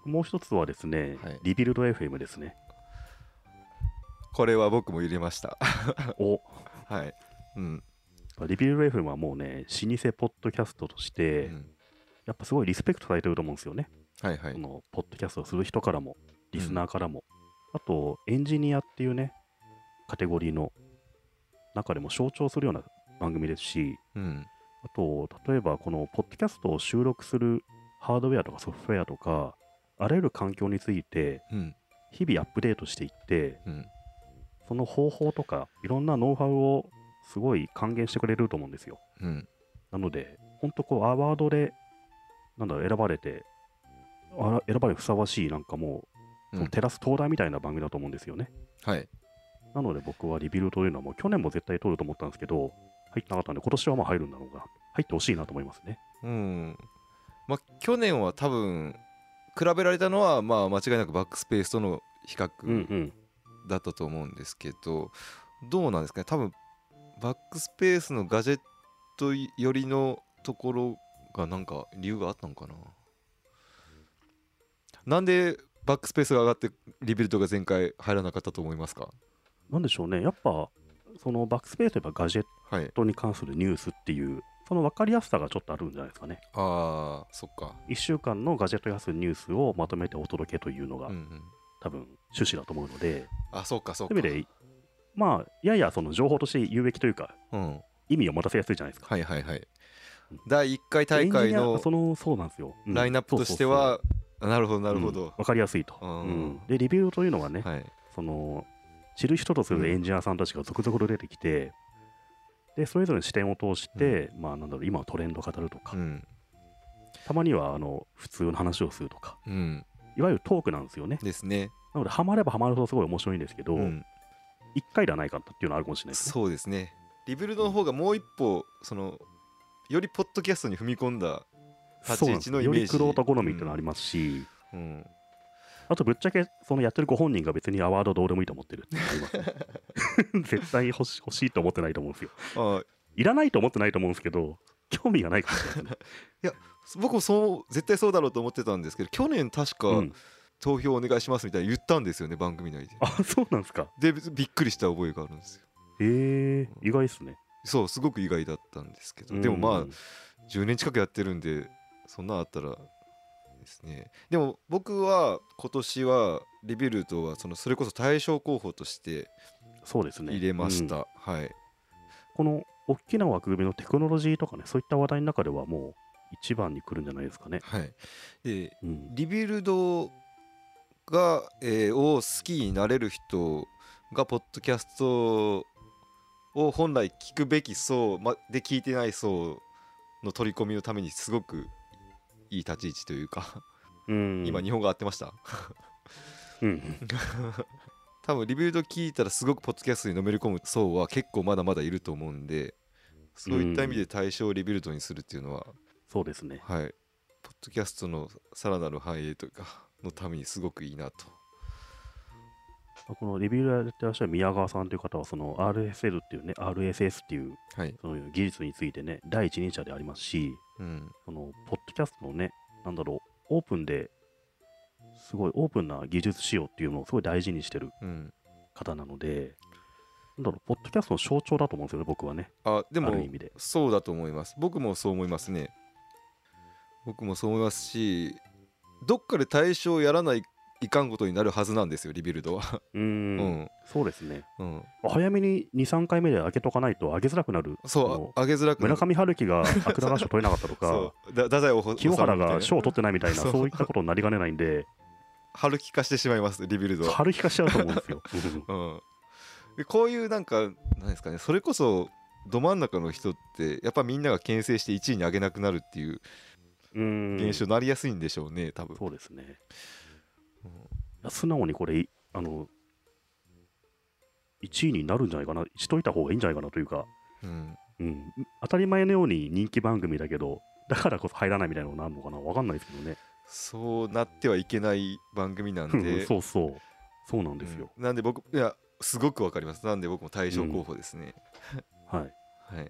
もう一つはですね、リビルド FM ですね。 これは僕も入れましたはい。 リビルド FM はもうね、老舗ポッドキャストとして、やっぱすごいリスペクトされてると思うんですよね。このポッドキャストをする人からも、リスナーからも。あと、エンジニアっていうね、カテゴリーの中でも象徴するような番組ですし、あと、例えばこのポッドキャストを収録するハードウェアとかソフトウェアとか、あらゆる環境について、日々アップデートしていって、その方法とか、いろんなノウハウをすごい還元してくれると思うんですよ。なので、本当アワードで、選ばれてふさわしい、なんかもう、そのテラス東大みたいな番組だと思うんですよね。なので僕はリビルドというのはもう去年も絶対取ると思ったんですけど、入ってなかったんで、今年はまあ入るんだろうな。 入ってほしいなと思いますね。 まあ去年は多分比べられたのはまあ間違いなくバックスペースとの比較だったと思うんですけど、どうなんですかね。多分バックスペースのガジェット寄りのところがなんか理由があったのかな。なんでバックスペースが上がってリビルドが前回入らなかったと思いますか？ なんでしょうね、やっぱそのバックスペースといえばガジェットに関するニュースっていう、その分かりやすさがちょっとあるんじゃないですかね。 ああ、そっか。 1週間のガジェットに関するニュースをまとめてお届けというのが、多分趣旨だと思うので、 そうかそうか。 そういう意味で、まあ、ややその情報として有益というか、意味を持たせやすいじゃないですか。 はいはいはい。第1回大会のそうなんですよ。 ラインナップとしては、なるほどなるほど。 分かりやすいと。で、リビューというのはね、その知る人とするエンジニアさんたちが続々と出てきて、でそれぞれの視点を通して、まあなんだろう、今のトレンドを語るとか、たまには普通の話をするとか、いわゆるトークなんですよね。 ですね。 なので、ハマればハマるほどすごい面白いんですけど、1回ではないかっていうのはあるかもしれないですね。 そうですね。リビルドの方がもう一歩よりポッドキャストに踏み込んだ立ち位置のイメージ。 よりクロート好みっていうのがありますし、あとぶっちゃけそのやってるご本人が別にアワードどうでもいいと思ってるっていうのがありますね。絶対欲しいと思ってないと思うんですよ。いらないと思ってないと思うんですけど、興味がないからですね。 いや、僕も絶対そうだろうと思ってたんですけど、去年確か、投票お願いしますみたいに言ったんですよね、番組内で。 そうなんですか。 でびっくりした覚えがあるんですよ。 意外ですね。 そう、すごく意外だったんですけど、でもまあ10年近くやってるんで、そんなあったらですね。でも僕は今年はリビルドはそれこそ大賞候補として入れました。はい。 この大きな枠組みのテクノロジーとかね、そういった話題の中ではもう一番に来るんじゃないですかね。 はい。で、リビルドが、を好きになれる人がポッドキャストを本来聞くべき層で聞いてない層の取り込みのためにすごくいい立ち位置というか今日本語合ってました？多分リビルド聞いたらすごくポッドキャストにのめり込む層は結構まだまだいると思うんで、そういった意味で対象をリビルドにするっていうのは、 そうですね。 はい、ポッドキャストのさらなる繁栄というかのためにすごくいいなと。 このリビューやってらっしゃる宮川さんという方は、その RSL っていうね、RSS っていう、その技術についてね、第一人者でありますし、そのポッドキャストのね、なんだろう、オープンですごいオープンな技術仕様っていうのをすごい大事にしてる方なので、なんだろう、ポッドキャストの象徴だと思うんですよね、僕はね。 でもある意味でそうだと思います。僕もそう思いますね。僕もそう思いますし、どっかで対象をやらないいかんことになるはずなんですよ、リビルドは。 そうですね。早めに2、3回目で開けとかないと上げづらくなる。 上げづらくなる。 村上春樹が芥川賞取れなかったとか、清原が賞を取ってないみたいな、そういったことになりかねないんで、 春樹化してしまいます、リビルドは。 春樹化しちゃうと思うんですよ。 でこういうなんですかね、それこそど真ん中の人ってやっぱみんなが牽制して1位に上げなくなるっていう現象になりやすいんでしょうね、多分。 そうですね。素直にこれ1位になるんじゃないかな、しといた方がいいんじゃないかなというか、当たり前のように人気番組だけど、だからこそ入らないみたいなのがあるのかな、分かんないですけどね。 そうなってはいけない番組なんでそうなんですよ。 なんで僕、いや、すごく分かります。なんで僕も大賞候補ですね。 はい。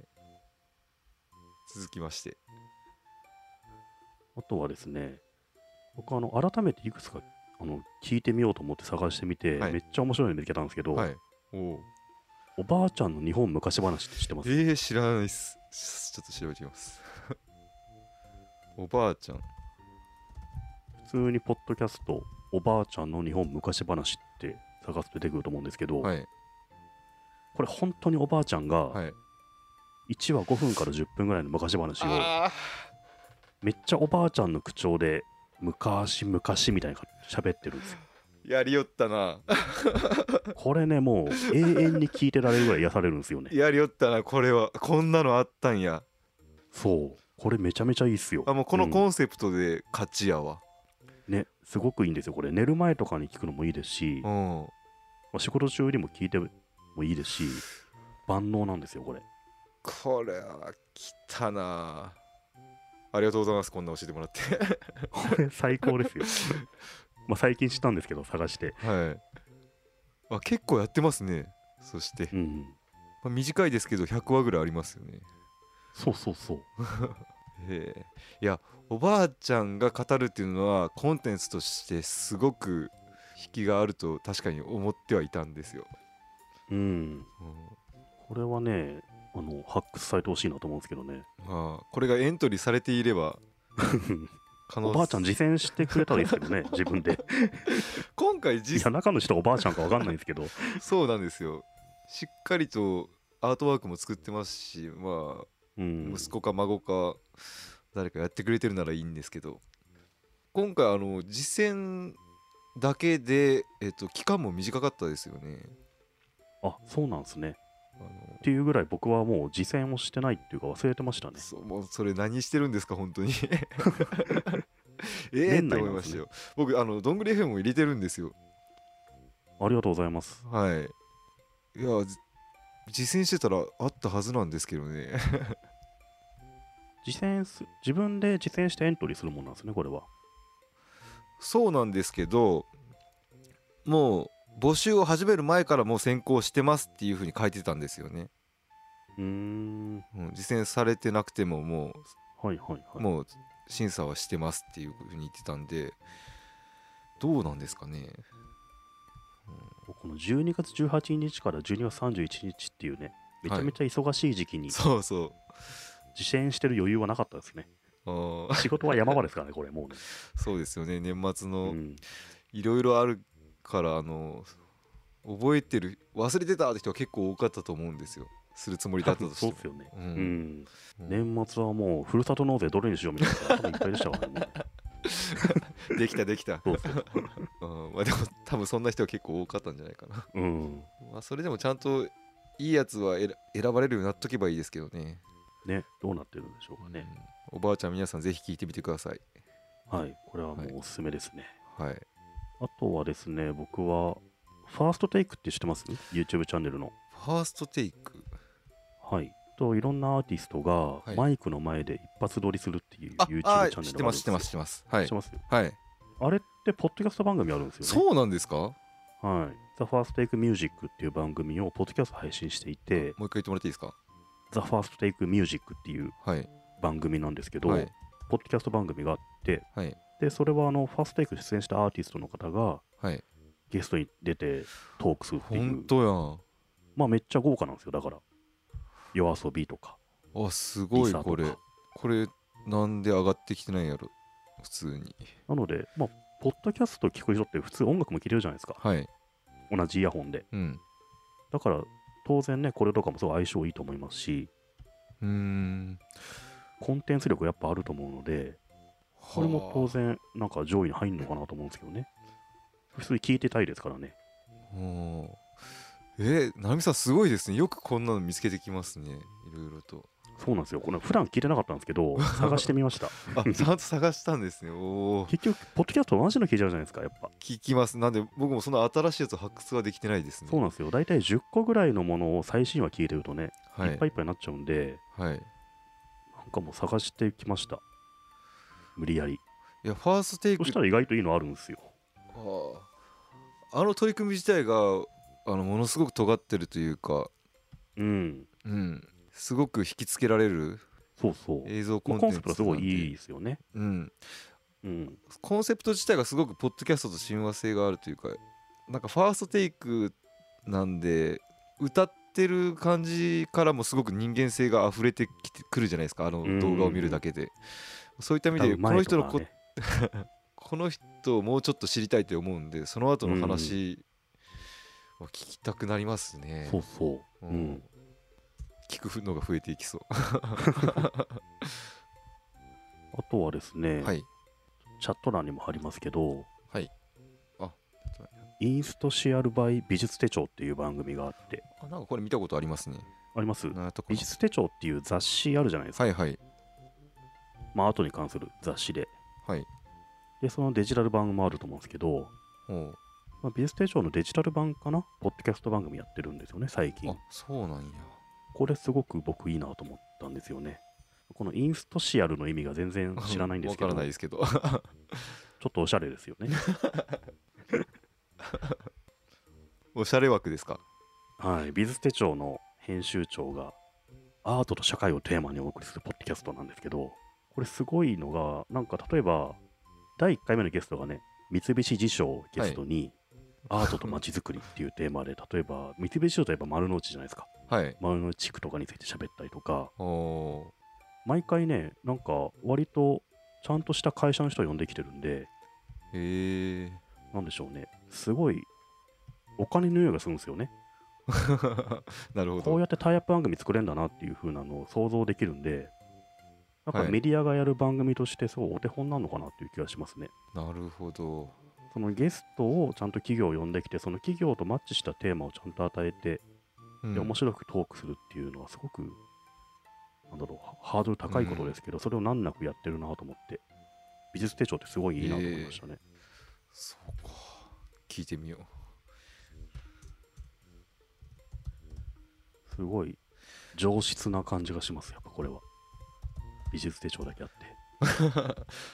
続きまして。 あとはですね、僕改めていくつか聞いてみようと思って探してみて、めっちゃ面白いの見つけたんですけど、おばあちゃんの日本昔話って知ってます？ 知らないっす。ちょっと調べてみます。おばあちゃん。 普通にポッドキャスト、おばあちゃんの日本昔話って探すと出てくると思うんですけど、これ本当におばあちゃんが1話5分から10分ぐらいの昔話をめっちゃおばあちゃんの口調で昔々みたいな喋ってるんですよ。 やりよったな。 これね、もう永遠に聞いてられるぐらい癒されるんですよね。 やりよったな、これは。こんなのあったんや。 そう、これめちゃめちゃいいっすよ。 もうこのコンセプトで勝ちやわ。 ね、すごくいいんですよ。これ寝る前とかに聞くのもいいですし、仕事中にも聞いてもいいですし、万能なんですよこれ。 これは来たな。ありがとうございます。こんな教えてもらって。 これ最高ですよ。まあ最近知ったんですけど、探して。 はい。あ、結構やってますね。そして、 うん。 まあ、短いですけど100話ぐらいありますよね。 そうそうそう。 へえ。いや、おばあちゃんが語るっていうのはコンテンツとしてすごく引きがあると確かに思ってはいたんですよ。 うん。 うんこれはね、発掘されてほしいなと思うんですけどね。 まあ、これがエントリーされていれば可能おばあちゃん実践してくれたらいいですけどね、自分で。 今回いや、中の人がおばあちゃんか分かんないんですけど。 そうなんですよ。しっかりとアートワークも作ってますし、まあうん。 息子か孫か誰かやってくれてるならいいんですけど、今回実践だけで、期間も短かったですよね。 あ、そうなんですね。 あのっていうぐらい僕はもう実践をしてないっていうか忘れてましたね。 もうそれ何してるんですか本当に。って年内なんですね。 思いましたよ。僕どんぐり FM も入れてるんですよ。 ありがとうございます。 はい。いや実践してたらあったはずなんですけどね。 自分で実践してエントリーするもんなんですね、これは。 そうなんですけど、もう募集を始める前からもう選考してますっていう風に書いてたんですよね。 うーん。 実践されてなくてもはいはいはい。 もう審査はしてますっていう風に言ってたんで、どうなんですかね。 この12月18日から12月31日っていうね、めちゃめちゃ忙しい時期にそうそう実践してる余裕はなかったですね。 あー仕事は山場ですからね、これもうね。 そうですよね。年末のうん。 いろいろあるから覚えてる忘れてたって人は結構多かったと思うんですよ。するつもりだ多分ったとしても。 そうっすよね。 うんうん。 うん年末はもう、ふるさと納税どれにしようみたいな人が多分いっぱいでしたからね。 できたできた。 そうそう。 まあでも多分そんな人は結構多かったんじゃないかな。 うん。 まあそれでもちゃんといいやつは選ばれるようになっとけばいいですけどね。 ね、どうなってるんでしょうかね。 おばあちゃん皆さんぜひ聞いてみてください。 はい。これはもうおすすめですね。 はい。 あとはですね、僕は、ファーストテイクって知ってます？ YouTube チャンネルの。 ファーストテイク。 はい。いろんなアーティストがはいマイクの前で一発撮りするっていう YouTube チあャンネルがあるんですよ。 知ってます。はい知ってます？ はい。 あれってポッドキャスト番組あるんですよね。 そうなんですか？もはい。The First Take Music っていう番組をポッドキャスト配信していて、 う一回言ってもらっていいですか？ The First Take Music っていうはい番組なんですけど、 はいポッドキャスト番組があって、 はいで、それはファーストテイク出演したアーティストの方がはい。 ゲストに出てトークするっていう、 本当やまあめっちゃ豪華なんですよ。だから、夜遊びとか、 ん。あ、すごいリサとか。 これなんで上がってきてないんやろ普通に。 なので、まあ、ポッドキャスト聞く人って普通音楽も聴けるじゃないですか。 はい。 同じイヤホンで。 うんだから、当然ね、これとかもすごい相性いいと思いますし、 うーん。 コンテンツ力やっぱあると思うので、これも当然、なんか上位に入るのかなと思うんですけどね。普通に聞いてたいですからね。 はあ。ななみさんすごいですね。よくこんなの見つけてきますね。いろいろと。 そうなんですよ。これ普段聞いてなかったんですけど、探してみました。 あ、ちゃんと探したんですね。おお。 結局、ポッドキャスト同じの聞いちゃうじゃないですか、やっぱ。 聞きます。なんで僕もその新しいやつを発掘はできてないですね。 そうなんですよ。大体10個ぐらいのものを最新話聞いてるとね、 はいいっぱいいっぱいになっちゃうんで、 はい。 なんかもう探してきました。無理やり。 いや、ファーストテイクそしたら意外といいのあるんですよ。 取り組み自体がものすごく尖ってるというか、 うん。 すごく引きつけられるそうそう。 映像コまあンテンツコンセプトはすごいなんでいいですよね。うん。 コンセプト自体がすごくポッドキャストと親和性があるというか、なんかファーストテイクなんで歌ってる感じからもすごく人間性が溢れてきてくるじゃないですか、動画を見るだけで。そういった意味でこの人のこの人をもうちょっと知りたいと思うんで、その後の話を聞きたくなりますね。 そうそう。 聞くのが増えていきそう。 あとはですね、 はいチャット欄にも貼りますけど、 はい。 インストシアルバイ美術手帳っていう番組があって、 なんかこれ見たことありますね。 あります？ なんとか美術手帳っていう雑誌あるじゃないですか。 はいはいまあ、アートに関する雑誌で。 はい。 で、そのデジタル版もあると思うんですけど、まあ、美術手帳のデジタル版かなポッドキャスト番組やってるんですよね、最近。 あ、そうなんや。 これすごく僕いいなと思ったんですよね。このインストシアルの意味が全然知らないんですけど、 わからないですけどちょっとおしゃれですよね。 おしゃれ枠ですか？ はい。美術手帳の編集長がアートと社会をテーマにお送りするポッドキャストなんですけど、これすごいのが、なんか例えば、第1回目のゲストがね、三菱地所をゲストに、アートと街づくりっていうテーマで、例えば、三菱地所といえば丸の内じゃないですか。 はい。 丸の内地区とかについて喋ったりとか、 おー。 毎回ね、なんか割とちゃんとした会社の人を呼んできてるんで、 へえ。 なんでしょうね、すごいお金の匂いがするんですよね。 なるほど。 こうやってタイアップ番組作れるんだなっていう風なのを想像できるんで、なんかはいメディアがやる番組としてすごいお手本なのかなっていう気がしますね。 なるほど。 そのゲストをちゃんと企業を呼んできて、その企業とマッチしたテーマをちゃんと与えて、 うんで面白くトークするっていうのはすごく、なんだろう、ハードル高いことですけど、それを難なくやってるなと思って、美術手帳ってすごいいいなと思いましたね。 そうか。聞いてみよう。 すごい上質な感じがします、やっぱこれは。美術手帳だけあって。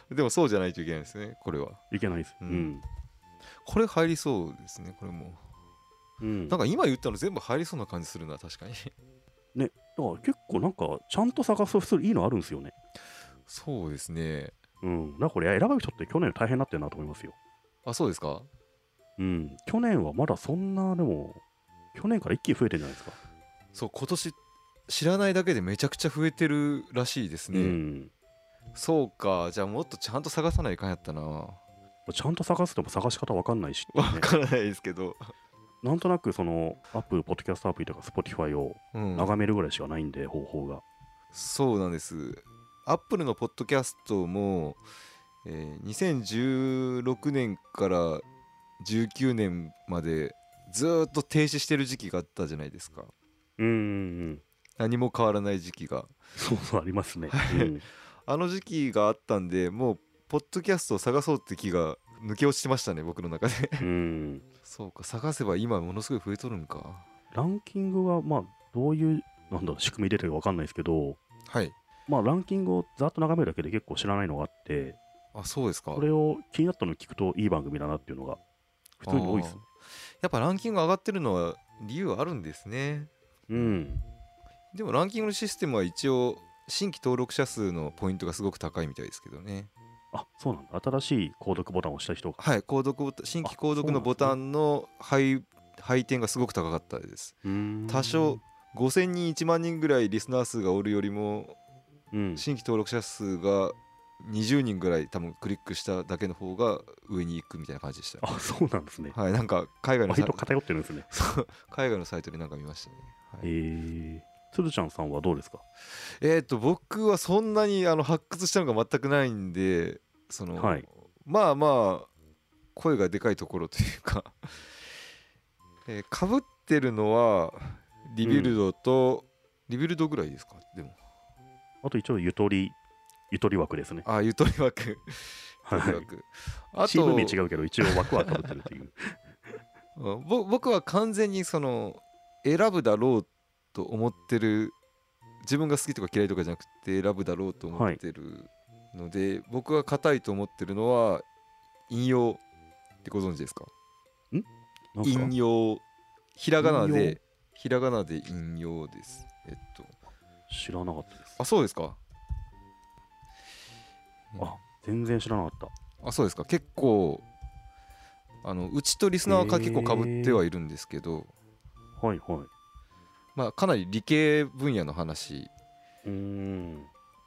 でもそうじゃないといけないですね、これは。 いけないです。 これ入りそうですね、これも。なんか今言ったの全部入りそうな感じするな、確かに。 ね、だから結構なんか、ちゃんと探すと普通いいのあるんですよね。 そうですね。 だからこれ選ぶ人って去年大変になってるなと思いますよ。 あ、そうですか？ 去年はまだそんな、でも、去年から一気に増えてるんじゃないですか。 そう、今年知らないだけでめちゃくちゃ増えてるらしいですね。そうか、じゃあもっとちゃんと探さないかんやったな。 ちゃんと探すとも探し方わかんないし、 わからないですけど。 なんとなくそのアップルポッドキャストアプリとか Spotify を眺めるぐらいしかないんで、方法が。 そうなんです。アップルのポッドキャストも、2016年から19年までずーっと停止してる時期があったじゃないですか。何も変わらない時期が。 そうそう、ありますね。 あの時期があったんで、もうポッドキャストを探そうって気が抜け落ちてましたね、僕の中で。そうか、探せば今ものすごい増えとるんか。 ランキングはまあどういう仕組み出てるか分かんないですけど、 はい。 まあランキングをざっと眺めるだけで結構知らないのがあって、 あ、そうですか。 これを気になったのを聞くといい番組だなっていうのが普通に多いですね。 やっぱランキング上がってるのは理由あるんですね。でもランキングのシステムは一応新規登録者数のポイントがすごく高いみたいですけどね。 あ、そうなんだ。新しい購読ボタンを押した人が。 はい、新規購読のボタンの配点がすごく高かったです。多少5000人1万人ぐらいリスナー数がおるよりも、新規登録者数が20人ぐらい多分クリックしただけの方が上に行くみたいな感じでした。 あ、そうなんですね。 はい、なんか海外のサイト割と偏ってるんですね。 海外のサイトでなんか見ましたね。 つるちゃんさんはどうですか？ 僕はそんなに発掘したのが全くないんで、まあまあ声がでかいところというかかぶってるのはリビルドと、リビルドぐらいですか？でもあと一応ゆとり枠ですね。 あ、ゆとり枠あとチーム名違うけど一応枠はかぶってるという僕は完全に選ぶだろうと思ってる、自分が好きとか嫌いとかじゃなくて選ぶだろうと思ってるので、僕が硬いと思ってるのは引用ってご存知ですか？引用、ひらがなで引用です。 知らなかったです。 あ、そうですか。 あ、全然知らなかった。 あ、そうですか。結構うちとリスナーは結構かぶってはいるんですけど、まあかなり理系分野の話。 研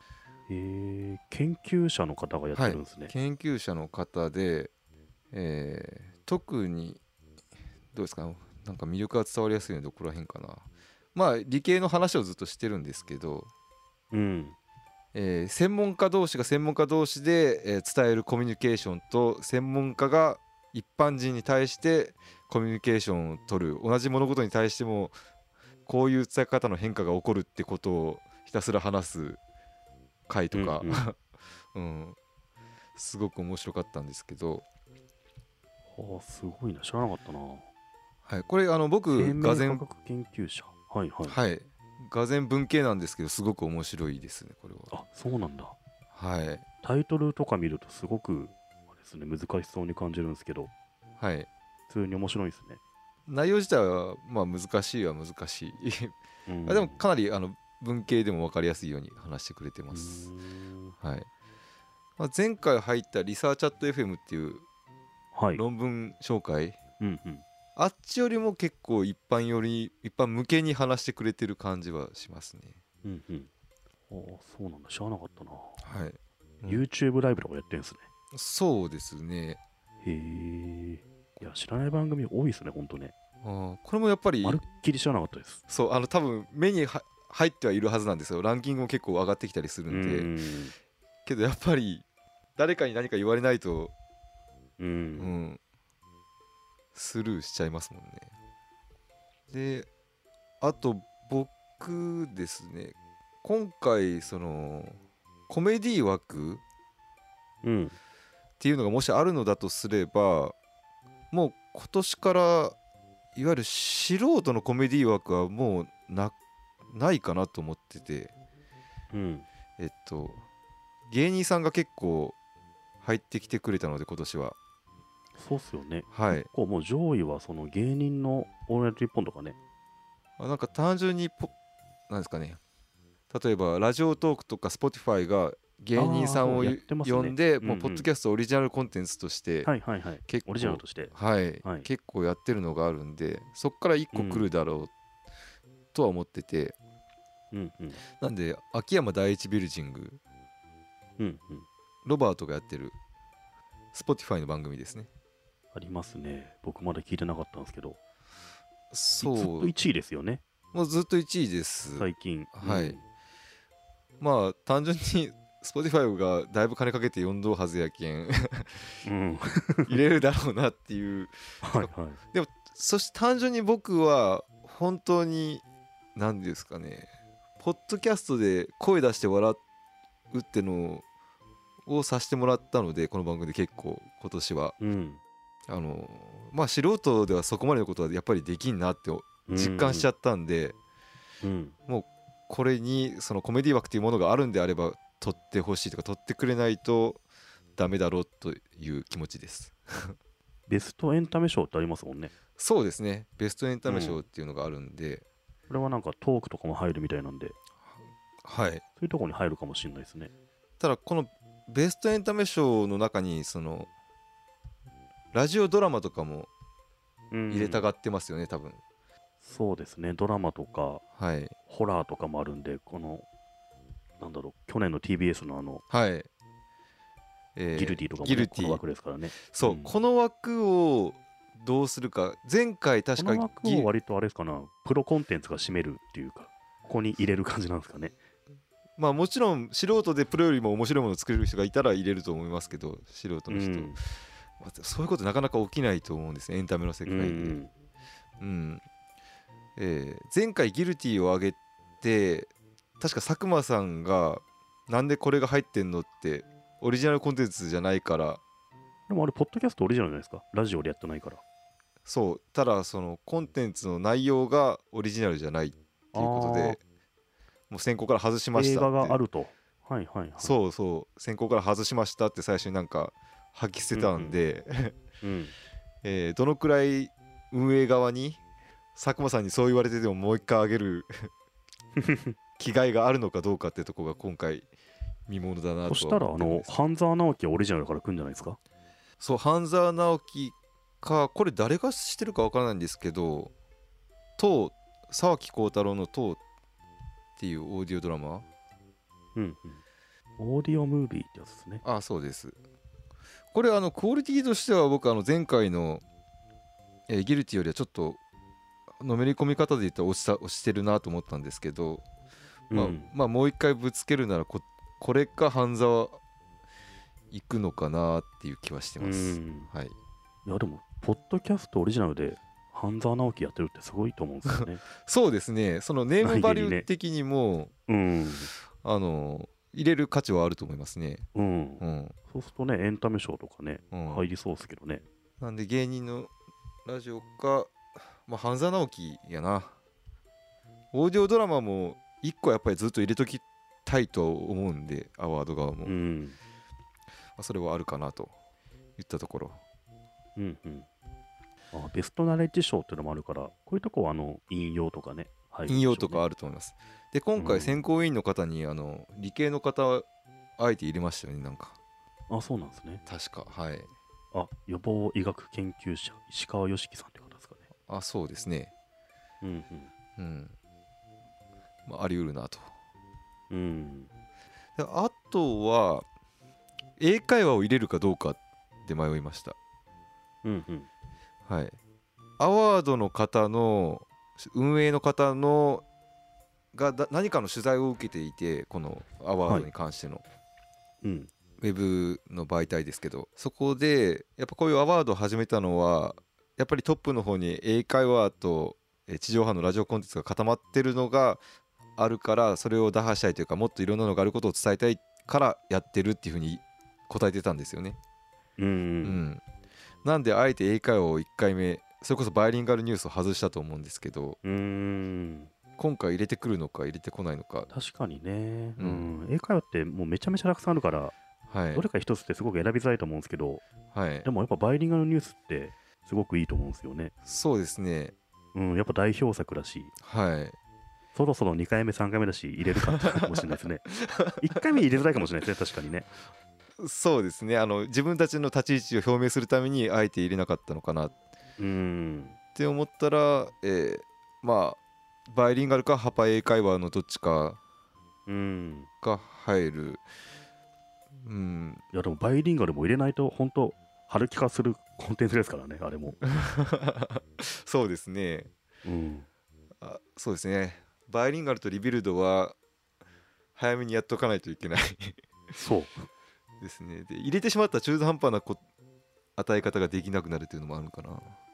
究者の方がやってるんですね。 研究者の方で、特にどうですか、なんか魅力が伝わりやすいのはどこら辺かな。まあ理系の話をずっとしてるんですけど、専門家同士が専門家同士で、伝えるコミュニケーションと、専門家が一般人に対してコミュニケーションを取る、同じ物事に対してもこういう伝え方の変化が起こるってことをひたすら話す回とか、すごく面白かったんですけど。 すごいな、知らなかったな。 はい、これ僕が生命科学研究者。 がぜ文系なんですけどすごく面白いですねこれは。 あ、そうなんだ。 はいタイトルとか見るとすごくあれですね、難しそうに感じるんですけど、 はい。 普通に面白いですね。 内容自体はまあ難しいは難しいうんでもかなり文系でも分かりやすいように話してくれてうーます。 んはい。まあ、前回入ったリサーチャット FM っていうはい。 論文紹介、 うんうん。 あっちよりも結構一般向けに話してくれてる感じはしますね。 うんうん。ああ、そうなんだ。知らなかったな。 はい。うん YouTube ライブとかやってるんですね。 そうですね。 へえ。いや、知らない番組多いですね、ほんとね。 これもやっぱりまるっきり知らなかったです。 そう多分目に入ってはいるはずなんですよ。ランキングも結構上がってきたりするうんで、 ん。 けどやっぱり誰かに何か言われないと、 う。 うんん、スルーしちゃいますもんね。で、あと僕ですね、今回そのコメディ枠うん。 っていうのがもしあるのだとすれば、もう今年からいわゆる素人のコメディ枠はもうないかなと思ってて、 うん。 芸人さんが結構入ってきてくれたので今年は。 そうっすよね。 はい結構もう上位はその芸人のオールナイトニッポンとかね。 なんか単純になんですかね、例えばラジオトークとか Spotify が芸人さんをあーそうやってますね呼んで、もううんうんポッドキャストオリジナルコンテンツとしてはいはいはい。 結構、 オリジナルとして。 はいはい結構やってるのがあるんで、そこから1個来るだろうとは思ってて、 うんうん。 なんで秋山第一ビルジング、 うんうん。 ロバートがやってる Spotify の番組ですね。 ありますね。僕まだ聞いてなかったんですけど。 そずっとう、 1位ですよね。 もうずっと1位です。 最近。 はいまあ単純に Spotify がだいぶ金かけて呼んどうはずやけんうん。うん。 入れるだろうなっていう。 はいはい。 そして単純に僕は本当に何ですかね、ポッドキャストで声出して笑うってのをさせてもらったので、この番組で結構今年はうん。 まあ素人ではそこまでのことはやっぱりできんなって実感しちゃったんで、 うん。 もうこれにそのコメディ枠っていうものがあるんであれば撮ってほしいとか、撮ってくれないとダメだろうという気持ちです。 ベストエンタメ賞ってありますもんね。 そうですね、ベストエンタメ賞っていうのがあるんで、 これはなんかトークとかも入るみたいなんで、 はい。 そういうところに入るかもしれないですね。 ただこのベストエンタメ賞の中にそのラジオドラマとかもうん。 入れたがってますよね、多分。 そうですね。ドラマとか、 はいホラーとかもあるんで、なんだろう、去年の TBS のはい、 ギルティとかも、ね、このギルティ、 枠ですからね。 そう、 うんこの枠をどうするか、前回確かこの枠を割とあれですかな、プロコンテンツが占めるっていうか、ここに入れる感じなんですかね。 まあもちろん素人でプロよりも面白いものを作れる人がいたら入れると思いますけど、素人の人、 うんまあそういうことなかなか起きないと思うんですね、エンタメの世界で。 うんうん前回ギルティを上げて、確か佐久間さんがなんでこれが入ってんのって、オリジナルコンテンツじゃないから、 でもあれ、ポッドキャストオリジナルじゃないですか。ラジオでやってないから。 そうただそのコンテンツの内容がオリジナルじゃないっていうことで、もう選考から外しまし映たって。 画があると。はいはいはい。 そうそう選考から外しましたって最初になんか吐き捨てたんで、 うん。 どのくらい運営側に佐久間さんにそう言われててももう一回上げる気概があるのかどうかってとこが今回見ものだなとは思そしたら、 ってるんです半沢直樹はオリジナルから来るんじゃないですか。 そう半沢直樹か、これ誰がしてるかわからないんですけど、沢木耕太郎の「塔」っていうオーディオドラマ、 うんうん。オーディオムービーってやつですね。 あそうです。これクオリティとしては僕前回の、ギルティよりはちょっとのめり込み方で言ったら落ちてるなと思ったんですけど、まあもう一回ぶつけるならこれか半沢行くのかなっていう気はしてます。はい。 いやでも、ポッドキャストオリジナルで半沢直樹やってるってすごいと思うんですよね。 そうですね、そのネームバリュー的にも、 うん。 入れる価値はあると思いますね。 うん。 うん。 そうするとね、エンタメ賞とかね、 うん入りそうですけどね。 なんで芸人のラジオか、まあ、半沢直樹やな。 オーディオドラマも1個やっぱりずっと入れときたいと思うんで、アワード側も、それはあるかなといったところ。 ベストナレッジ賞っていうのもあるから、こういうとこは引用とかね、 引用とかあると思います。で今回選考委員の方に理系の方あえて入れましたよね、なんか。 あ、そうなんですね。 確か、はい。 予防医学研究者石川良樹さんって方ですかね。 そうですね。あり得るなと。であとは英会話を入れるかどうかって迷いました。はい。アワードの方の運営の方のが何かの取材を受けていて、このアワードに関しての、ウェブの媒体ですけど、そこでやっぱこういうアワードを始めたのはやっぱりトップの方に英会話と地上波のラジオコンテンツが固まってるのがあるから、それを打破したいというか、もっといろんなのがあることを伝えたいからやってるっていうふうに答えてたんですよね。なんであえて英会話を1回目、それこそバイリンガルニュースを外したと思うんですけど、今回入れてくるのか入れてこないのか。 確かにね、英会話ってもうめちゃめちゃたくさんあるから、どれか一つってすごく選びづらいと思うんですけど、でもやっぱバイリンガルニュースってすごくいいと思うんですよね。 そうですね。 やっぱ代表作だし、そろそろ2回目3回目だし入れるかってかもしれないですね。1回目入れづらいかもしれないですね、確かにね。 そうですね。自分たちの立ち位置を表明するためにあえて入れなかったのかなって思ったら、バイリンガルかハパ英会話のどっちかが入る。 いやでもバイリンガルも入れないと本当春気化するコンテンツですからね、あれも。 そうですね。そうですね。バイリンガルとリビルドは早めにやっとかないといけないそうですね。で入れてしまったら中途半端な与え方ができなくなるというのもあるかな。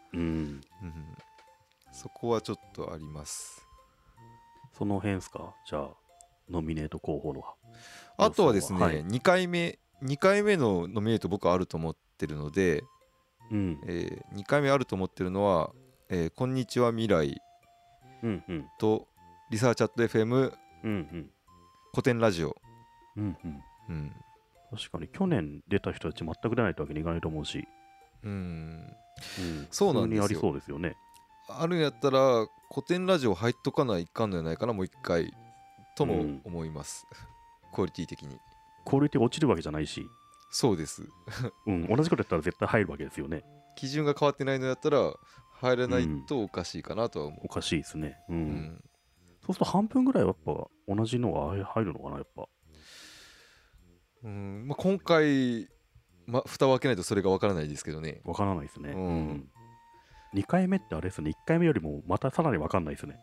そこはちょっとあります。 その辺ですか。じゃあノミネート候補のは。 あとはですね、2回目のノミネート僕はあると思ってるので、2回目あると思ってるのは、こんにちは未来とリサーチャット FM、古典ラジオ。 確かに去年出た人たち全く出ないってわけにいかないと思うし、 そうなんですよ。 普通にありそうですよね。 あるんやったら古典ラジオ入っとかないかんのやないかな、もう一回とも思います、クオリティ的に。 クオリティ落ちるわけじゃないし。 そうです同じことやったら絶対入るわけですよね。 基準が変わってないのやったら入らないとおかしいかなとは思う。 おかしいですね。そうすると半分ぐらいはやっぱ同じのが入るのかな、やっぱ。 今回、蓋を開けないとそれが分からないですけどね。 分からないですね。2回目ってあれですね、1回目よりもまたさらに分かんないですね。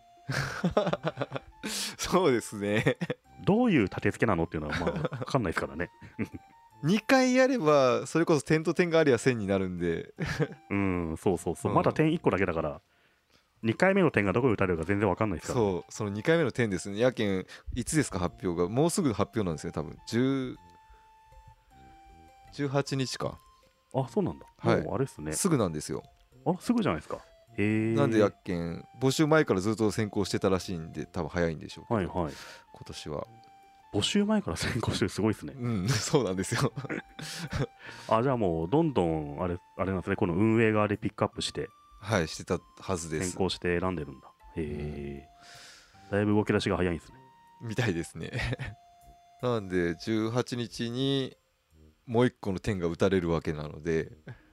そうですね。 どういう立て付けなのっていうのは分かんないですからね。 2回やればそれこそ点と点がありゃ線になるんでそう、まだ点1個だけだから2回目の点がどこに打たれるか全然分かんないですから、 ね、その2回目の点ですね。やけんいつですか発表が。もうすぐ発表なんですよ多分。18日か。 そうなんだ。もうあれですね。 すぐなんですよ。 すぐじゃないですか。 なんでやっけん募集前からずっと先行してたらしいんで多分早いんでしょうけど、今年は募集前から先行してる、すごいですね。 そうなんですよ。 じゃあもうどんどんあれなんですね、この運営側でピックアップしてしてたはずです。 先行して選んでるんだ。だいぶ動き出しが早いんですね。 みたいですね。なんで18日にもう一個の点が打たれるわけなので、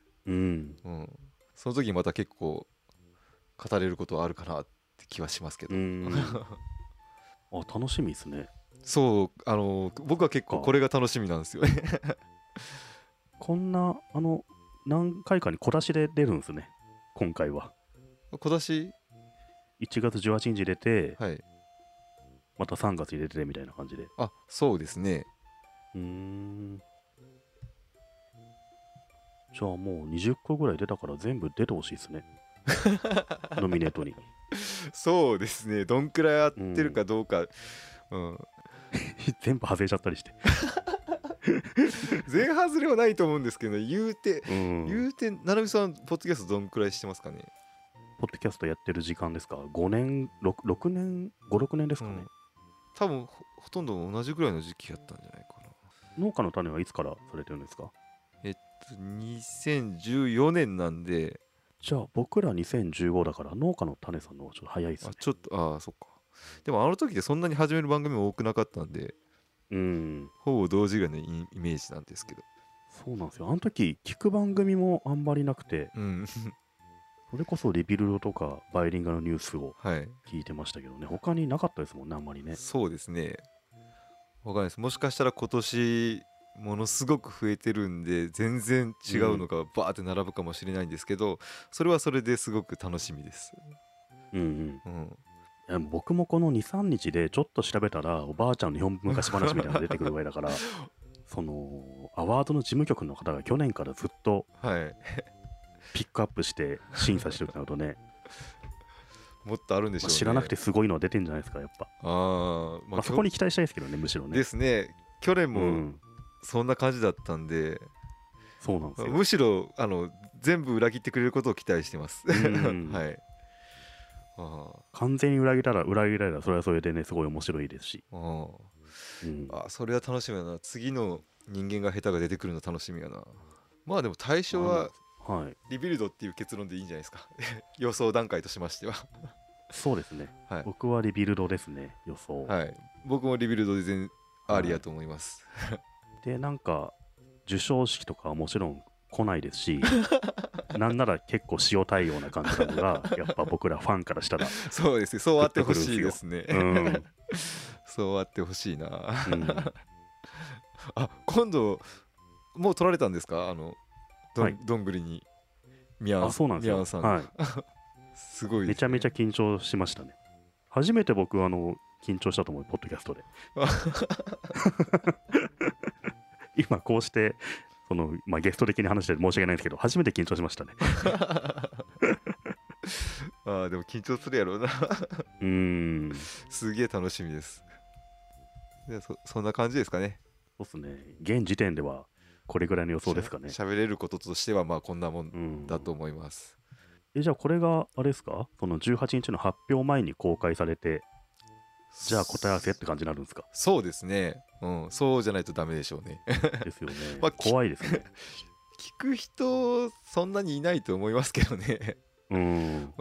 その時にまた結構語れることはあるかなって気はしますけど。 楽しみですね。 そう僕は結構これが楽しみなんですよね。 こんな何回かに小出しで出るんですね、今回は。 小出し 1月18日出て、また3月に出てみたいな感じで。 そうですね。 じゃあもう20個ぐらい出たから全部出てほしいですね。ノミネートに。 そうですね。どんくらい合ってるかどうか、 全部外れちゃったりして。 全外れはないと思うんですけど、言うて、なるみさんポッドキャストどんくらいしてますかね。 ポッドキャストやってる時間ですか？ 5 年、6年、5、6年ですかね。 多分ほとんど同じぐらいの時期やったんじゃないかな。 農家の種はいつからされてるんですか？ 2014年なんで、 じゃあ僕ら2015だから農家の種さんの方がちょっと早いですね。 ちょっと、そっか。でもあの時でそんなに始める番組も多くなかったんで、ほぼ同時ぐらいのイメージなんですけど。 そうなんですよ。あの時聞く番組もあんまりなくて、それこそリビルドとかバイリンガルニュースを聞いてましたけどね、他になかったですもんね、あんまりね。 そうですね。わかんないです。もしかしたら今年ものすごく増えてるんで全然違うのがバーって並ぶかもしれないんですけど、それはそれですごく楽しみです。 僕もこの 2,3 日でちょっと調べたらおばあちゃんの日本昔話みたいなのが出てくるぐらいだからそのアワードの事務局の方が去年からずっとピックアップして審査してるってなるとねもっとあるんでしょうね。 知らなくてすごいのは出てんじゃないですか、やっぱ。そこに期待したいですけどね、むしろね。 ですね。去年もそんな感じだったんで、 そうなんですよ。 むしろ全部裏切ってくれることを期待してます。はい。 完全に裏切られたらそれはそれでねすごい面白いですし。 それは楽しみやな。次の人間が下手が出てくるの楽しみやな。まあでも対象はリビルドっていう結論でいいんじゃないですか。予想段階としましては。 そうですね、僕はリビルドですね、予想。 僕もリビルドで全然ありやと思います。 でなんか授賞式とかはもちろん来ないですしなんなら結構塩対応な感じなのがやっぱ僕らファンからしたらそうですね、そうあってほしいですね。そうあってほしいな。今度もう取られたんですか？どんぐりにミャンさんが。すごいめちゃめちゃ緊張しましたね。初めて僕緊張したと思う、ポッドキャストで。今こうしてゲスト的に話して申し訳ないんですけど、初めて緊張しましたね。 でも緊張するやろうな。すげえ楽しみです。そんな感じですかね。 そうですね。現時点ではこれぐらいの予想ですかね。 喋れることとしてはこんなもんだと思います。 じゃあこれがあれですか？その18日の発表前に公開されて、じゃあ答え合わせって感じになるんですか？ そうですね。そうじゃないとダメでしょうね。 ですよね。怖いですね。 聞く人そんなにいないと思いますけどね。多分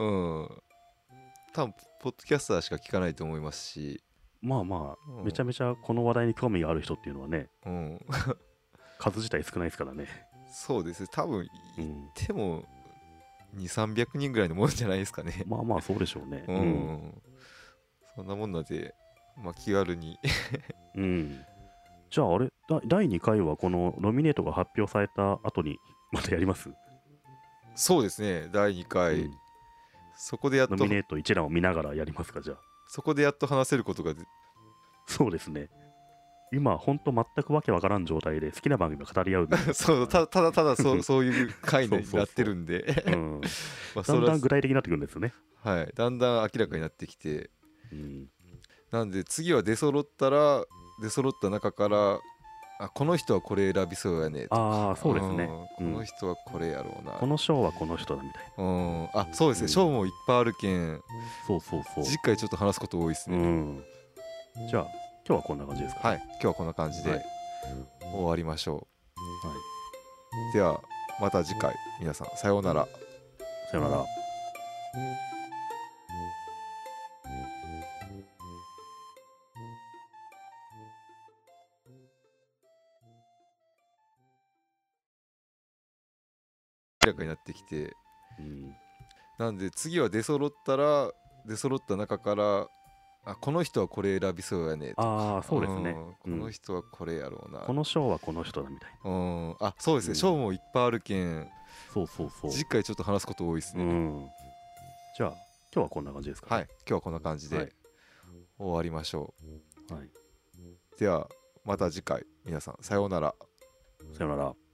ポッドキャスターしか聞かないと思いますし。 めちゃめちゃこの話題に興味がある人っていうのはね、数自体少ないですからね。 そうですね。多分言っても2、300人ぐらいのもんじゃないですかね。 そうでしょうね。 そんなもんなんで、気軽に。 じゃあ第2回はこのノミネートが発表された後にまたやります？ そうですね、第2回。そこでやっとノミネート一覧を見ながらやりますか？じゃあそこでやっと話せることがそうですね。今ほんと全くわけわからん状態で好きな番組を語り合うそうただそういう回になってるんでだんだん具体的になってくるんですよね。 だんだん明らかになってきて、なんで次は出揃った中からこの人はこれ選びそうやねとか、 そうですね、 この人はこれやろうな、 この賞はこの人だみたいな、そうですね、賞もいっぱいあるけん、次回ちょっと話すこと多いですね。 じゃあ今日はこんな感じですか？ 今日はこんな感じで終わりましょう。ではまた次回、皆さんさようなら。 さようなら。 明らかになってきて、なんで次は出揃った中からこの人はこれ選びそうやねとか、 そうですね、 この人はこれやろうな、 この賞はこの人だみたいな、そうですね、賞もいっぱいあるけん、次回ちょっと話すこと多いですね。 じゃあ今日はこんな感じですか？ 今日はこんな感じで終わりましょう。 ではまた次回、皆さんさようなら。 さようなら。